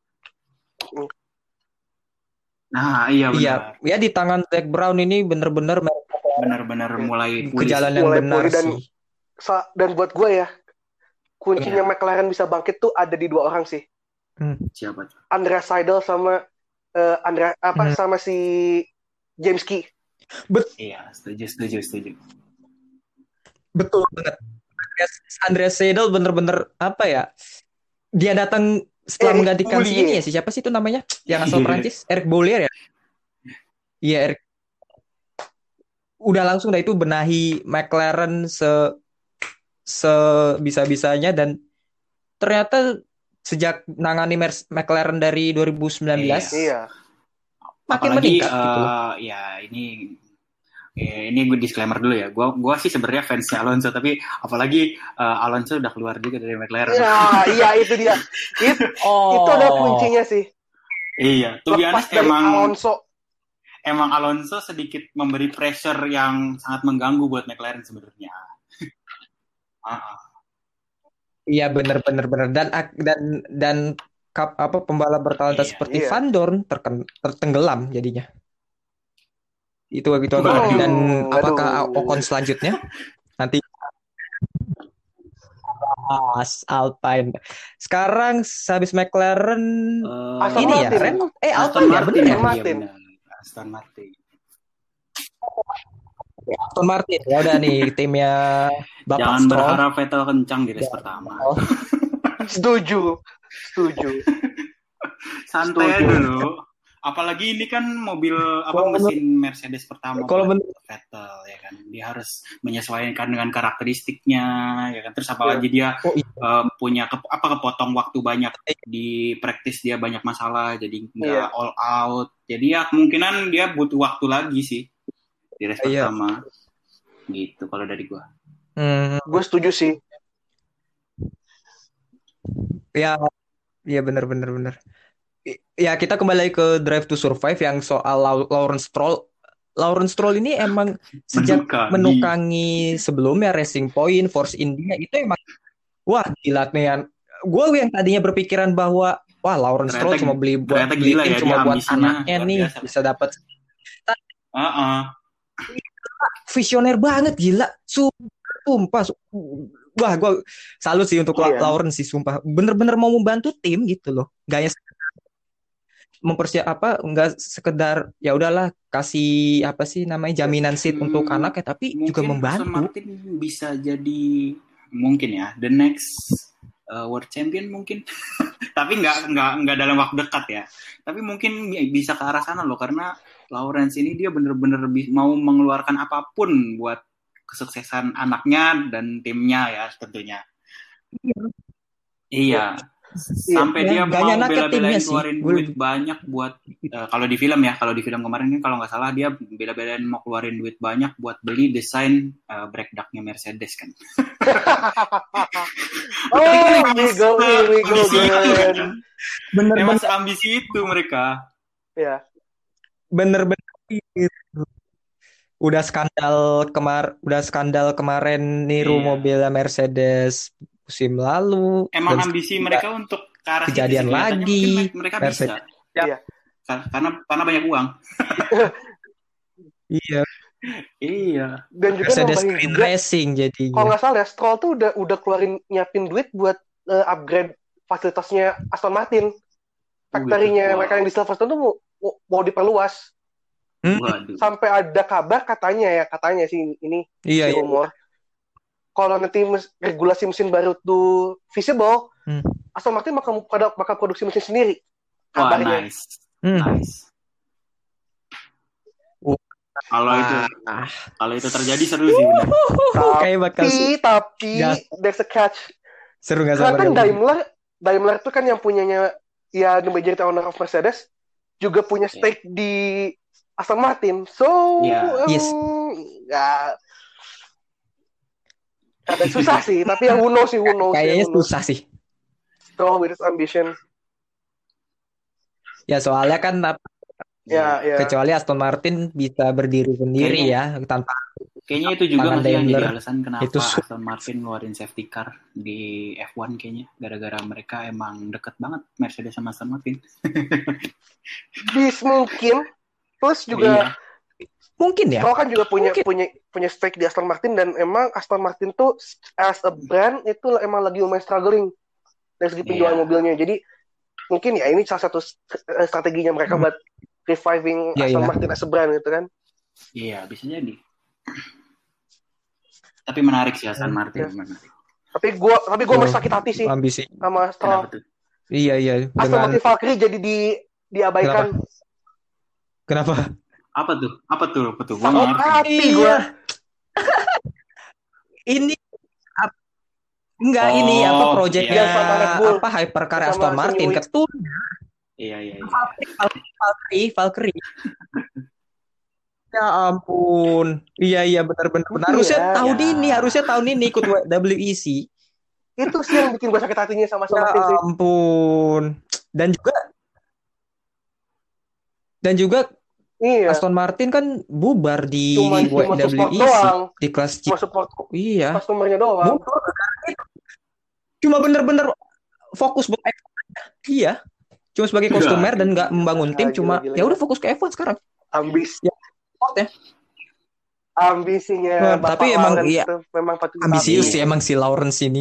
Nah, iya benar. Iya, ya di tangan Zac Brown ini benar-benar benar-benar mulai ke jalan yang mulai benar dan, sih. Dan buat gue ya, kuncinya ya. McLaren bisa bangkit tuh ada di dua orang sih. Hmm. Siapa tuh? Andreas Seidel sama uh, Andrea apa hmm. sama si James Key. Bet- iya, setuju, setuju, setuju. Betul banget. Andreas Seidel bener-bener apa ya? Dia datang setelah Eric menggantikan si ini ya, si siapa sih itu namanya? Yang asal Prancis, Eric Boulier ya? Iya, Eric. Udah langsung dah itu benahi McLaren se sebisa-bisanya dan ternyata sejak nangani Mer- McLaren dari dua ribu sembilan belas iya. makin apalagi meningkat gitu loh. uh, ya ini eh, ini gue disclaimer dulu ya. Gue gue sih sebenarnya fansnya Alonso, tapi apalagi uh, Alonso udah keluar juga dari McLaren. Iya, iya itu dia. It, Oh. Itu ada kuncinya sih. Iya, tuh Lepas biasa dari emang Alonso. emang Alonso sedikit memberi pressure yang sangat mengganggu buat McLaren sebenarnya. Ah, Iya benar-benar benar dan ak- dan dan kap, apa pembalap bertalenta Iya, seperti iya. Van Dorn terken, tertenggelam jadinya. Itu gitu Waduh. Agok. Dan Hmm, apakah aduh. Ocon selanjutnya nanti bahas Alpine. Sekarang habis McLaren uh, Aston ini ya Martin. Renault eh Aston Alpine ya Martin bener ya, ya? Aston Martin. iya benar. Aston Martin. Aston Martin ya udah nih timnya Bapak Jangan Stroll. berharap Vettel kencang di race Ya. pertama. Setuju. Setuju. Santai Setuju. dulu. Apalagi ini kan mobil apa Kalau mesin Mercedes pertama Kalau buat men- Vettel ya kan. Dia harus menyesuaikan dengan karakteristiknya ya kan. Terus Iya. apalagi dia Oh iya. uh, punya ke, apa kepotong waktu banyak di praktis, dia banyak masalah jadi nggak Iya. all out. Jadi ya kemungkinan dia butuh waktu lagi sih di race Iya. pertama. Gitu kalau dari gua. Hmm, Gue setuju sih. ya ya benar benar benar. I- Ya kita kembali ke Drive to Survive yang soal Lau- Lawrence Stroll. Lawrence Stroll ini emang sejak Mendukangi. menukangi sebelumnya Racing Point, Force India itu emang wah gila nih ya. Gue yang tadinya berpikiran bahwa wah Lawrence Stroll Ternyata cuma beli buat ternyata beli gila tim ya, cuma dia buat ambisinya anaknya luar nih biasa. bisa dapat Uh-uh. visioner banget gila. Sumpah, su- wah gue salut sih untuk La- Iya. Lawrence sih sumpah. Bener-bener mau membantu tim gitu loh. Gak hanya mempersiap apa nggak sekedar ya udahlah kasih apa sih namanya jaminan seat Hmm, untuk anaknya tapi juga Mungkin Aston membantu. Martin bisa jadi mungkin ya the next uh, world champion mungkin. Tapi nggak nggak nggak dalam waktu dekat ya. Tapi mungkin bisa ke arah sana loh, karena Lawrence ini dia bener-bener bi- mau mengeluarkan apapun buat kesuksesan anaknya dan timnya ya tentunya. Iya. Sampai Ya, dia nggak mau nyanak ke timnya bela-belain sih. keluarin Gue duit banyak buat eh, kalau di film ya, kalau di film kemarin kan kalau nggak salah dia bela-belain mau keluarin duit banyak buat beli desain eh, brake duct-nya Mercedes kan. Oh, here we go, here we go Ambisi itu again. kan. bener Emang bener seambisi itu mereka. Ya. bener bener gitu. Udah skandal kemar udah skandal kemarin niru Iya. mobilnya Mercedes musim lalu Emang dan ambisi sekarang mereka untuk ke arah situ sih, kejadian kelihatannya lagi mungkin me- mereka bisa. Mercedes. Iya. Kar- Karena karena banyak uang. Iya, Iya. Dan juga Mercedes nambahin Green juga, Racing kalau jadinya. nggak salah ya, Stroll tuh udah udah keluarin nyiapin duit buat eh, upgrade fasilitasnya Aston Martin. Factory-nya Wow. mereka yang di Silverstone tuh mau, mau, mau diperluas. Hmm, Waduh. Sampai ada kabar katanya ya, katanya sih ini iya, si iya. rumor. Kalau nanti mes- regulasi mesin baru tuh visible, Hmm. Aston Martin bakal, bakal, bakal produksi mesin sendiri. Wah, Kabarnya. nice. Hmm. Nice. Uh. Kalau itu Ah, kalau itu terjadi seru sih benar. kayak bakal Tapi, se- tapi, Gas. there's a catch. seru nggak Karena sabar kan kali. Daimler, Daimler itu kan yang punyanya, ya the majority owner of Mercedes, juga punya stake di Aston Martin. So, Iya. em, Yes. ya, ada susah sih. Tapi yang who knows sih, who knows, Kayaknya who knows. susah sih. Stroll with his ambition. Ya soalnya kan ap- Ya, ya. kecuali Aston Martin bisa berdiri sendiri Kayaknya- ya tanpa Kayaknya itu juga Tangan nggak sih yang jadi Daimler. alasan kenapa Itu su- Aston Martin ngeluarin safety car di F satu kayaknya. Gara-gara mereka emang deket banget Mercedes sama Aston Martin. Bis mungkin. Plus juga, Iya. mungkin ya. Stroll kan juga punya Mungkin. punya punya stake di Aston Martin, dan emang Aston Martin tuh as a brand itu emang lagi lumayan struggling dari segi penjualan Iya. mobilnya. Jadi mungkin ya ini salah satu s- strateginya mereka Hmm. buat reviving Iya, Aston iya. Martin as a brand gitu kan. Iya, bisa jadi. Tapi menarik sih Aston Hmm. Martin, Iya. menarik. Tapi gua tapi gua Oh, masih sakit hati sih ambisi. sama Kenapa Stroll. tuh? Iya iya Aston dengan Martin Valkyrie jadi di diabaikan. kenapa? Apa tuh? Apa tuh? Apa tuh? Gua Sakit nggak ngerti. hati Iya. gua. Ini ap- enggak Oh, ini apa iya. proyeknya Yang sama Red Bull. apa hypercar Sama Aston Martin Shinui. ketunda Iya, iya, iya. Valkyrie, Valkyrie. Ya ampun. Iya iya benar-benar benar. Harusnya Iya. tahun Ya. ini, harusnya tahun ini ikut W E C. Itu sih yang bikin gue sakit hatinya sama Ya Martin sih. ampun. Dan juga dan juga Iya. Aston Martin kan bubar di Cuma cuma W support E C doang. di kelas C. Cuma support Iya. customernya doang. Bubar. Cuma bener-bener fokus buat F satu. Iya. Cuma sebagai kostumer dan nggak membangun tim, Ah, cuma gila, gila, ya udah gila. fokus ke F satu sekarang. Ambis. Ya. Ya. Ambisinya Nah, Bapak tapi emang Lawrence iya, itu memang patut ambisius ditabis. sih emang si Lawrence ini.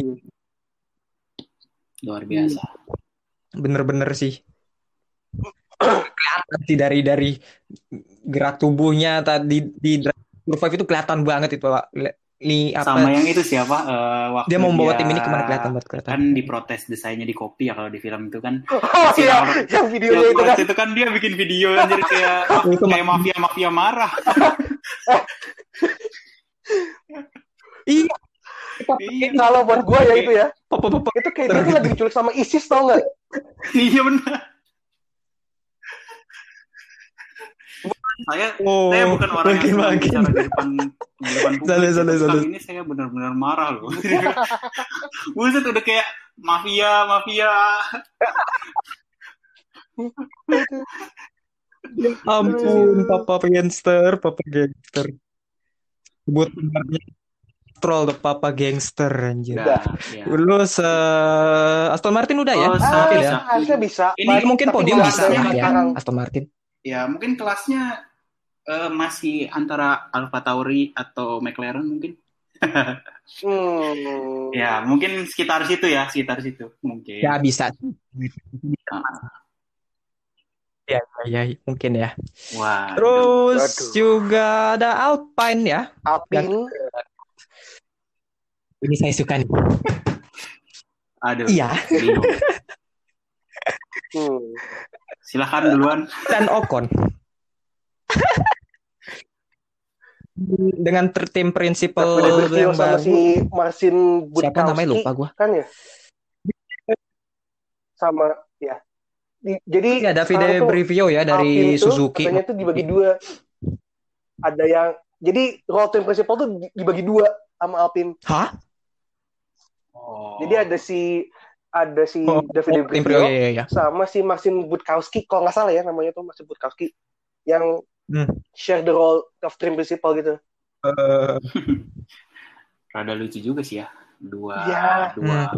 Luar biasa. Bener-bener sih. Kelihatan sih dari dari gerak tubuhnya tadi di Drive to Survive itu kelihatan banget itu Pak. Li, apa, Sama yang itu siapa? Uh, waktu dia mau membawa dia tim ini kemana kelihatan banget kelihatan. Kan diprotes desainnya di copy ya kalau di film itu kan. Oh Si iya, Lawrence- yang videonya itu kan. Waktu itu kan dia bikin video anjir kayak Itu kayak mafia-mafia marah. Iya. Iya. Kalau buat gue ya itu ya, Papa-papa. itu kayak dia tuh lagi diculik sama ISIS tau nggak? Iya benar. Saya Oh, saya bukan orang yang senang makin-makin. bicara di depan di depan publik. Salah, salah, tapi salah. kali ini saya benar-benar marah loh. Buset udah kayak mafia mafia. Ampun, Papa Gangster, Papa Gangster. Sebut namanya troll the Papa Gangster anjir. Udah, ya. Lu se Aston Martin udah ya? Oh, Aston Ah, Martin ya? harusnya bisa. Ini Baik, Mungkin tapi podium nggak bisa ada lah yang ya sekarang. Aston Martin. Ya mungkin kelasnya eh, masih antara Alfa Tauri atau McLaren mungkin. Hmm. Ya mungkin sekitar situ ya, sekitar situ mungkin. Ya bisa. Ah, Ya, ya, ya, mungkin ya. Wah. Terus Waduh. juga ada Alpine ya. Alpine. Ini saya suka nih. Aduh. Iya. bingung. Hmm. Silakan duluan. Dan Ocon. Dengan ter- tim prinsipal Udah yang sama baru. si Marcin Budkowski. Siapa namanya lupa gua. Kan ya? Sama ya. Di- jadi Ya, Davide sekarang tuh Brivio ya dari Alpine tuh Suzuki. katanya tuh dibagi dua. Ada yang jadi role team principal tuh di- dibagi dua sama Alpine. Hah? Oh. Jadi ada si ada si Oh, Davide tim Brivio Brivio, ya, ya. sama si Marcin Budkowski, kalau nggak salah ya namanya tuh Marcin Budkowski yang Hmm. share the role of team principal gitu. Eh, Rada lucu juga sih ya. Dua, Iya. dua.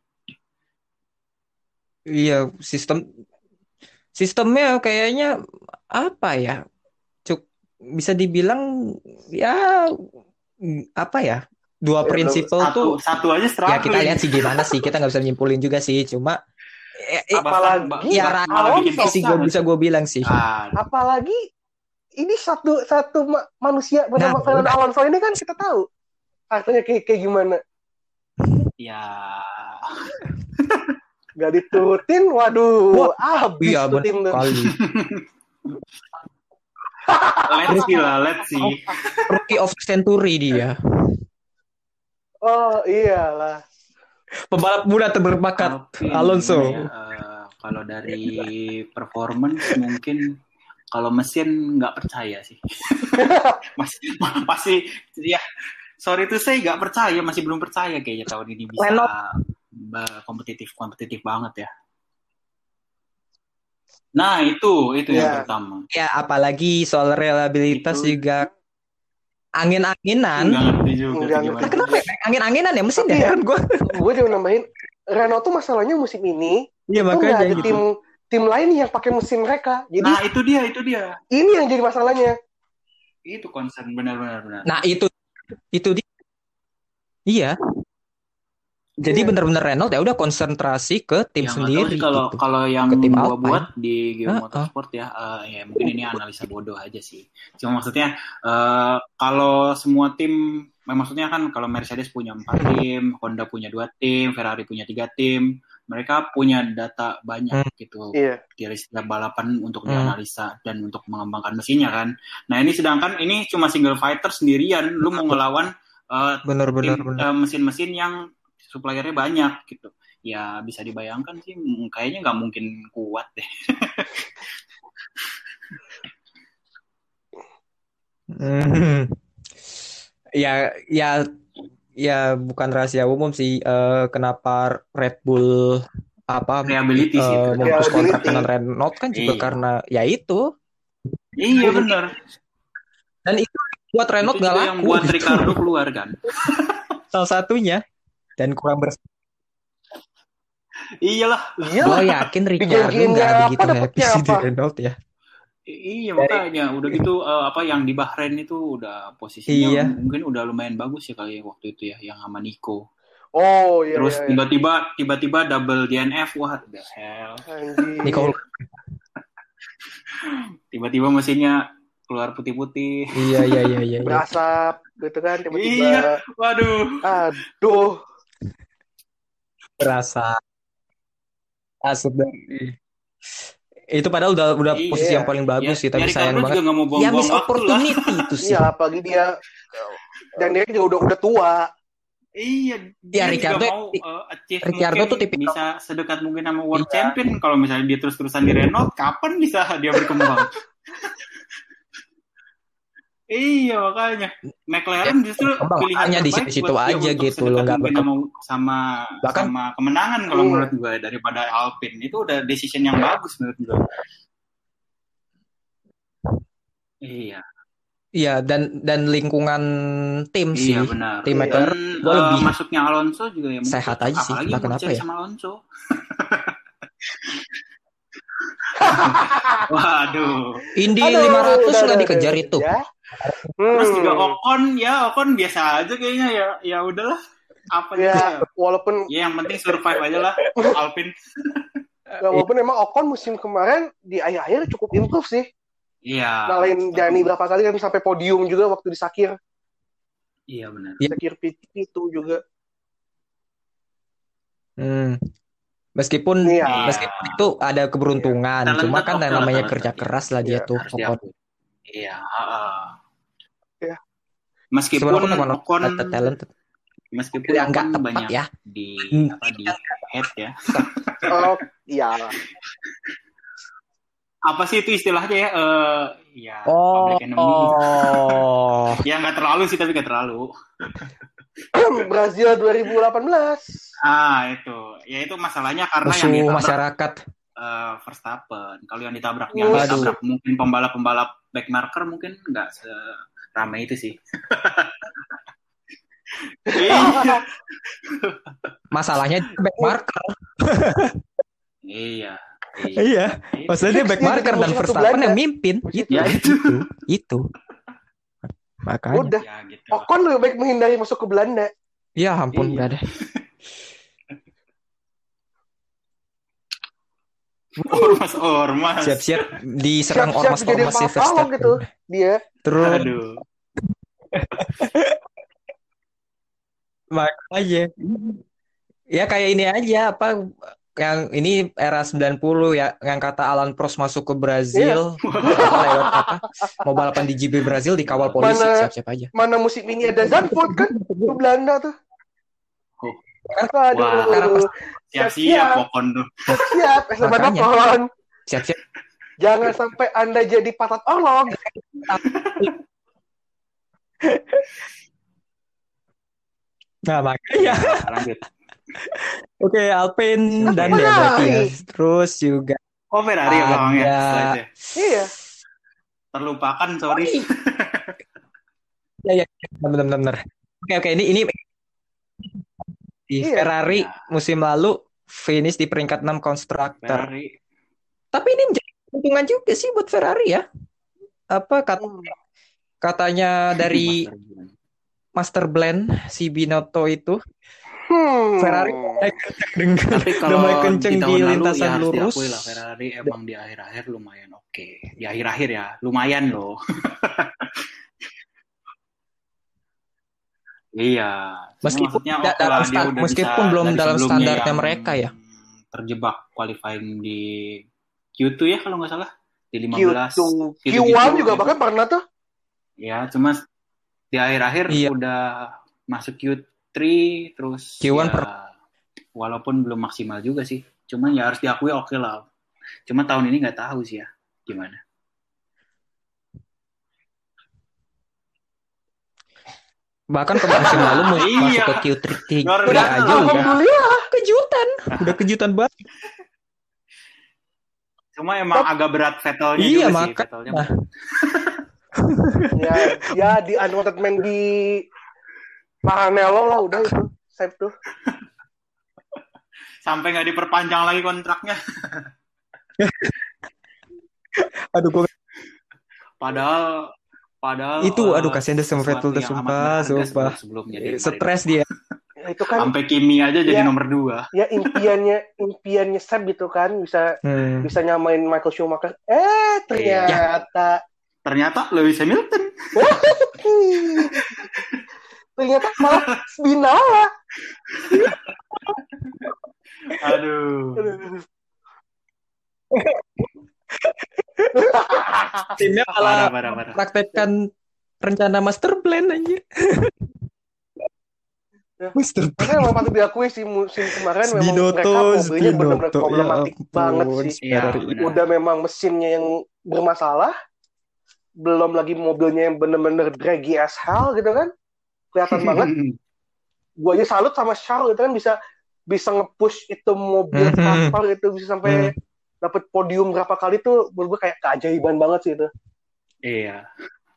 iya, sistem sistemnya kayaknya apa ya? Cuk bisa dibilang ya apa ya? Dua Ya, prinsipal Satu, tuh satu aja ya struggling. kita lihat sih gimana sih, kita nggak bisa nyimpulin juga sih, cuma eh, eh, Apalagi Bahkan- ya bahkan rata malah bikin sih susah gue nggak bisa gue bilang sih. Ah, apalagi ini satu satu ma- manusia bernama Nah, Fernando Alonso ini kan kita tahu artinya kayak kayak gimana. ya. Gak diturutin, waduh, habis Iya tuh benar tim tuh. sekali. Let's see lah, let's see. Rookie of the century dia. Oh iyalah. Pembalap muda terberbakat Alpine, Alonso. gimana ya, eh, kalau dari performance mungkin kalau mesin nggak percaya sih. masih masih ya sorry tuh saya nggak percaya, masih belum percaya kayaknya tahun ini bisa Renault. ba- kompetitif kompetitif banget ya. Nah itu itu yang Ya. pertama. Ya apalagi soal reliabilitas Itu- juga angin-anginan. Nggak ngerti juga Nggak tuh ngerti. gimana. Kenapa ya? Angin-anginan ya mesin Tapi ya ya, heran gue. gue juga nambahin Renault tuh masalahnya musim ini Iya tuh nggak makanya ada gitu. tim tim lain yang pakai mesin mereka. Jadi Nah itu dia itu dia ini yang jadi masalahnya. itu concern benar-benar benar. Nah itu itu dia. Iya. Jadi Iya. benar-benar Renault ya udah konsentrasi ke tim Ya, nggak tahu sendiri sih kalau gitu. kalau yang Ke tim gua Alpine. buat di Geo Uh-uh. Motorsport ya, eh, ya mungkin ini analisa bodoh aja sih. Cuma maksudnya eh, kalau semua tim, eh, maksudnya kan kalau Mercedes punya empat tim, Honda punya dua tim, Ferrari punya tiga tim, mereka punya data banyak gitu Iya. dari setiap balapan untuk Hmm. dianalisa dan untuk mengembangkan mesinnya kan. Nah ini sedangkan ini cuma single fighter sendirian, lu mau ngelawan eh, Benar-benar tim, benar. eh, mesin-mesin yang suppliernya banyak gitu. ya bisa dibayangkan sih, kayaknya nggak mungkin kuat deh. Hmm. Ya, ya, ya bukan rahasia umum sih eh, kenapa Red Bull apa Reliability sih eh, terutama. memutus kontrak Reliability. dengan Renault kan juga Iya. karena ya itu. Iya benar. Dan itu buat Renault Itu nggak juga laku yang buat gitu. Ricardo keluar kan. Salah satunya dan kurang bers. Iyalah. Gue Iyalah. yakin Ricardo Dijanjiinnya nggak apa, begitu happy dapetnya sih di apa? Renault ya. Iya makanya udah gitu eh, apa yang di Bahrain itu udah posisinya Iya. mungkin udah lumayan bagus ya kali ya waktu itu ya yang sama Nico. Oh iya. Terus iya, iya. tiba-tiba tiba-tiba double D N F, what the hell. Anjir. Nico, Tiba-tiba mesinnya keluar putih-putih. iya iya iya iya. iya. Berasap gitu kan tiba-tiba. Iya, waduh. Aduh. Berasa asap dari itu padahal udah udah Iya. posisi yang paling bagus Ya, sih, tapi ya sayang Ricardo banget. juga nggak mau Ya buang-buang miss waktu lah. opportunity itu sih. Iya apalagi dia dan dia juga udah udah tua. Iya, Ya, dia Ricardo- juga mau uh, achieve Ricardo mungkin tuh tipikal- bisa sedekat mungkin sama World Iya. Champion. Kalau misalnya dia terus-terusan di Renault, kapan bisa dia berkembang? Iya makanya McLaren justru berkembang, pilihan hanya di terbaik situ-situ buat dia aja untuk gitu sedekat loh, nggak mungkin sama, sama Bahkan- sama kemenangan kalau Hmm. menurut gue daripada Alpine. Itu udah decision yang bagus menurut gue. Iya, Iya, dan dan lingkungan tim sih. iya benar. Tim Iya. McLaren Dan gua eh, lebih masuknya Alonso juga ya mungkin sehat cocok. aja sih, Apalagi entah kenapa Monza ya. sama Alonso. Waduh. Indy Aduh, lima ratus udah, nggak udah, dikejar udah, itu. ya. Terus juga Hmm. Ocon, ya Ocon biasa aja kayaknya ya. Ya udahlah. Apa Ya, gitu ya. walaupun Ya yang penting survive aja lah Alpine. ya, walaupun emang Ocon musim kemarin di akhir-akhir cukup improve sih. Iya. Ngalahin Dani berapa kali kan sampai podium juga waktu di Sakir. Iya benar. Sakir P itu juga. Hmm. Meskipun Iya. meskipun itu ada keberuntungan, Talented cuma kan oke lah, namanya talented, kerja ya. keras lah dia Iya, tuh. Harus Ocon. diakui. Iya. Uh, Iya. Meskipun Sebenarnya Ocon Ocon, talented, talented. meskipun Ya, nggak Ocon tepat banyak ya. di Hmm. apa di head ya. Oh, iya. Apa sih itu istilahnya ya? Eh, ya Oh, public enemy. oh. Ya nggak terlalu sih tapi nggak terlalu. Brazil dua ribu delapan belas. Ah itu, ya itu masalahnya karena yang Musuh ditabrak masyarakat. eh, Verstappen. Kalau yang ditabrak yang Waduh. ditabrak mungkin pembalap-pembalap backmarker mungkin nggak seramai itu sih. Iya. Masalahnya back marker. Iya. Iya. Maksudnya dia back Dia marker jadi dan musuh Verstappen Belanda. yang mimpin. Itu, Ya, itu, itu. itu. Makanya. Udah. Ya gitu. Ocon lebih baik menghindari masuk ke Belanda. Ya ampun, Iya. nggak ada. Ormas ormas. Siap-siap diserang Siap-siap jadi ormas-ormas ya papa Verstappen. gitu. Dia. Terus Aduh. makanya. Ya kayak ini aja apa yang ini era sembilan puluh ya yang kata Alan Prost masuk ke Brazil apa, lewat apa mau balapan di G P Brazil dikawal polisi. Mana- Siap-siap aja. Mana musim ini ada Zandvoort kan? Ke Belanda tuh. Oh. Aduh. Wah. Siap-siap Ocon tuh. Siap. Esteban Makanya. Ocon. Siap-siap. Jangan sampai Anda jadi patat orlog. Nah, makanya. Ya, lanjut. Oke, Alpine dan Ferrari. dia berarti ya. Terus juga Oh Ferrari Ada. belakangnya. Setelah itu ya. Iya. Terlupakan sorry. ya ya benar-benar. Oke oke ini ini di Iya. Ferrari Ya. musim lalu finish di peringkat enam konstruktor. Ferrari. Tapi ini menjadi keuntungan juga sih buat Ferrari ya. Apa kat- Hmm. katanya dari Master Master Blend. Blend si Binotto itu Hmm. Ferrari mulai kenceng dengan Tapi udah kalau mulai di kenceng tahun di lalu lintasan ya harus lurus. diakui lah Ferrari emang di akhir-akhir lumayan oke. Di akhir-akhir ya lumayan loh. Iya. Cuma Meskipun maksudnya tidak oke dalam lah, dia sta- udah meskipun bisa belum dari dalam sebelumnya standarnya yang mereka ya. Terjebak qualifying di Q dua ya kalau nggak salah di lima belas. Q dua. Q satu juga bahkan pernah tuh. Ya, cuma di akhir-akhir Iya. udah masuk Q tiga terus Q satu ya, per- walaupun belum maksimal juga sih. Cuman ya harus diakui oke lah. Cuma tahun ini nggak tahu sih ya gimana. Bahkan ke musim lalu mau masuk ke Q tiga Luar biasa. aja udah Alhamdulillah. kejutan. Udah kejutan banget. Cuma emang Tapi- agak berat Vettelnya Iya, juga sih. maka- Vettelnya nah. ya, ya di unwanted man di Maranello lah udah itu save tuh. sampai nggak diperpanjang lagi kontraknya. Aduh gua Padahal padahal itu eh, aduh kasihan deh sama sesuatu Vettel tuh yang sumpah, amat berharga sumpah. sebelum- sebelumnya dia kemarin. Stres dia. Ya, itu kan Sampai Kimi aja jadi Ya. nomor dua. ya impiannya impiannya Seb gitu kan bisa Hmm. bisa nyamain Michael Schumacher. Eh ternyata Ternyata Lewis Hamilton. ternyata malah Spinala. Aduh. Timnya Parah, malah parah, parah. praktekkan rencana master plan aja. Ya. Master plan. Makanya memang patut diakui sih musim kemarin memang mereka Binotto, mobilnya benar-benar Binotto, problematik ya banget ampun, sih. Iya, Ferrari. benar. Udah memang mesinnya yang bermasalah, belum lagi mobilnya yang benar-benar draggy as hell gitu kan, kelihatan banget. Gue aja salut sama Charles itu kan bisa bisa nge-push itu mobil Mhm. kapal itu bisa sampai dapat podium berapa kali tuh, menurut gue kayak keajaiban banget sih itu. Iya.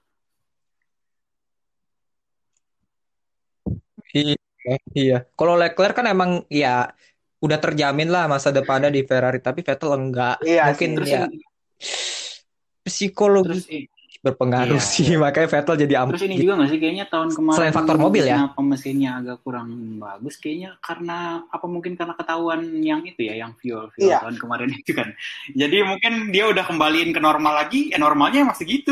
Iya, iya. Kalau Leclerc kan emang ya udah terjamin lah masa depannya di Ferrari, tapi Vettel enggak. Iya Mungkin sih. Terus ya ini, psikologi terus i- berpengaruh Iya, sih, makanya Vettel jadi am. terus ini juga nggak sih kayaknya tahun kemarin Selain faktor mobil ya? kenapa mesinnya agak kurang bagus kayaknya karena apa mungkin karena ketahuan yang itu ya yang fuel fuel Iya. tahun kemarin itu kan. Jadi mungkin dia udah kembaliin ke normal lagi, ya normalnya masih gitu.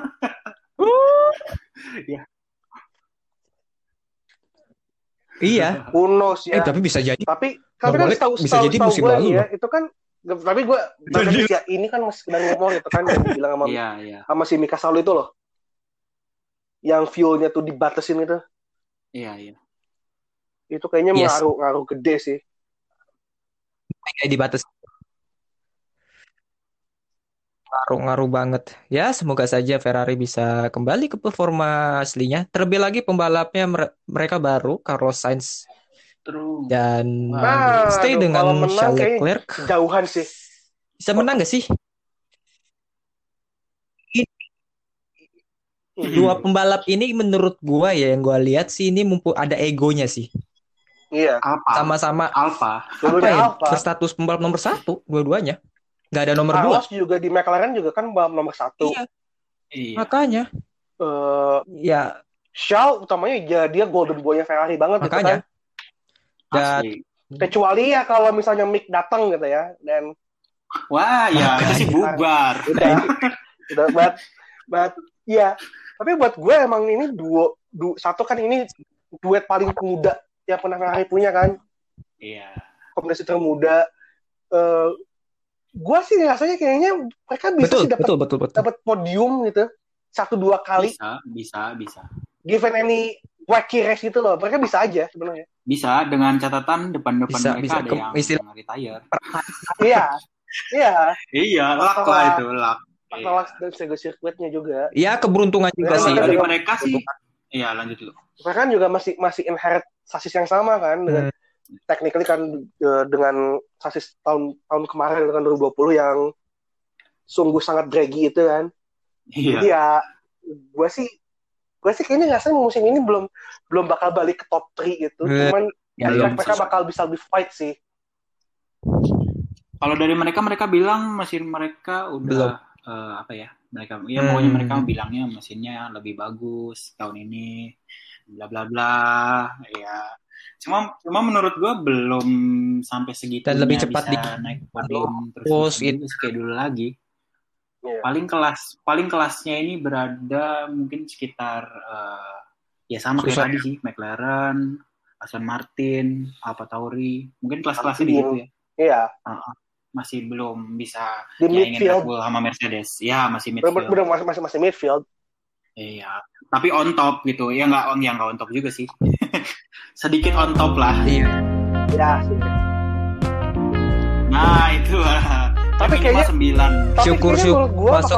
Iya. Who knows Eh ya. tapi bisa jadi. Tapi tapi kan boleh, setahu bisa setahu jadi setahu musim gue lalu nih ya loh. itu kan tapi gue bahkan ya ini kan masih sedang ngomong itu kan yang bilang sama Iya, iya. sama si Mika Salo itu loh, yang fuelnya tuh dibatasin itu, Iya, iya. itu kayaknya Yes. ngaruh ngaruh gede sih. Kayak dibatas. Ngaruh-ngaruh banget. Ya, semoga saja Ferrari bisa kembali ke performa aslinya. Terlebih lagi pembalapnya mere- mereka baru, Carlos Sainz Terus dan Nah, stay aduh, dengan kalau menang Charles kayaknya Leclerc. jauhan sih. Bisa menang gak sih? Dua pembalap ini menurut gua ya yang gua lihat sih ini mumpung ada egonya sih. Iya. Alfa, Sama-sama Alfa. apa Dulunya ya? Alfa. Berstatus pembalap nomor satu dua-duanya. Gak ada nomor dua. Carlos juga di McLaren juga kan balap nomor satu. Iya, Iya. makanya. Eh, Ya, Charles utamanya ya dia golden boy-nya Ferrari banget gitu makanya. kan. Dan Asli. Kecuali ya kalau misalnya Mick datang gitu ya, dan Wah, ya itu sih bubar. udah udah but but ya tapi buat gue emang ini duo du, satu kan ini duet paling muda yang pernah Ferrari punya kan, Iya. kombinasi termuda. Uh, gue sih rasanya kayaknya mereka bisa betul, sih dapat betul, betul, betul. dapat podium gitu satu dua kali, Bisa, bisa, bisa. given any wacky race gitu loh, mereka bisa aja sebenarnya. Bisa dengan catatan depan-depan Bisa, mereka bisa. ada Ke- yang, istilah- yang retire. Iya, iya, Iya, luck Faktor lah luck. itu, luck. Iya. Masalah dan sego sirkuitnya juga. Ya keberuntungan juga Ya, sih. Kalau dari juga- mereka sih, iya lanjut dulu. Mereka kan juga masih masih inherit sasis yang sama kan dengan technically kan eh, dengan sasis tahun tahun kemarin kan dua ribu dua puluh yang sungguh sangat draggy itu kan. Iya. Jadi ya gue sih gue sih kayaknya nggak musim ini belum belum bakal balik ke top tiga gitu. Eh, Cuman ya, mereka, belum mereka sih. bakal bisa lebih fight sih. Kalau dari mereka, mereka bilang mesin mereka udah Belum. eh, apa ya? Mereka, ya Hmm. pokoknya mereka bilangnya mesinnya lebih bagus tahun ini, bla bla bla. Ya, cuma cuma menurut gue belum sampai segitunya Dan lebih cepat bisa naik podium terus Terus itu kayak dulu lagi. Iya. Paling kelas paling kelasnya ini berada mungkin sekitar eh, ya sama kayak Susah. tadi sih McLaren, Aston Martin, AlphaTauri, mungkin kelas-kelasnya di Alpine. situ ya. Iya, Masih belum bisa di nyaingin Red midfield. Bull sama Mercedes. Ya, masih Bener, midfield. bener, masih masih masih midfield. Iya. Tapi on top gitu. Ya nggak on yang nggak on top juga sih. Sedikit on top lah. Iya. Ya sih. Nah itu. Tapi kayaknya sembilan. Syukur-syukur masuk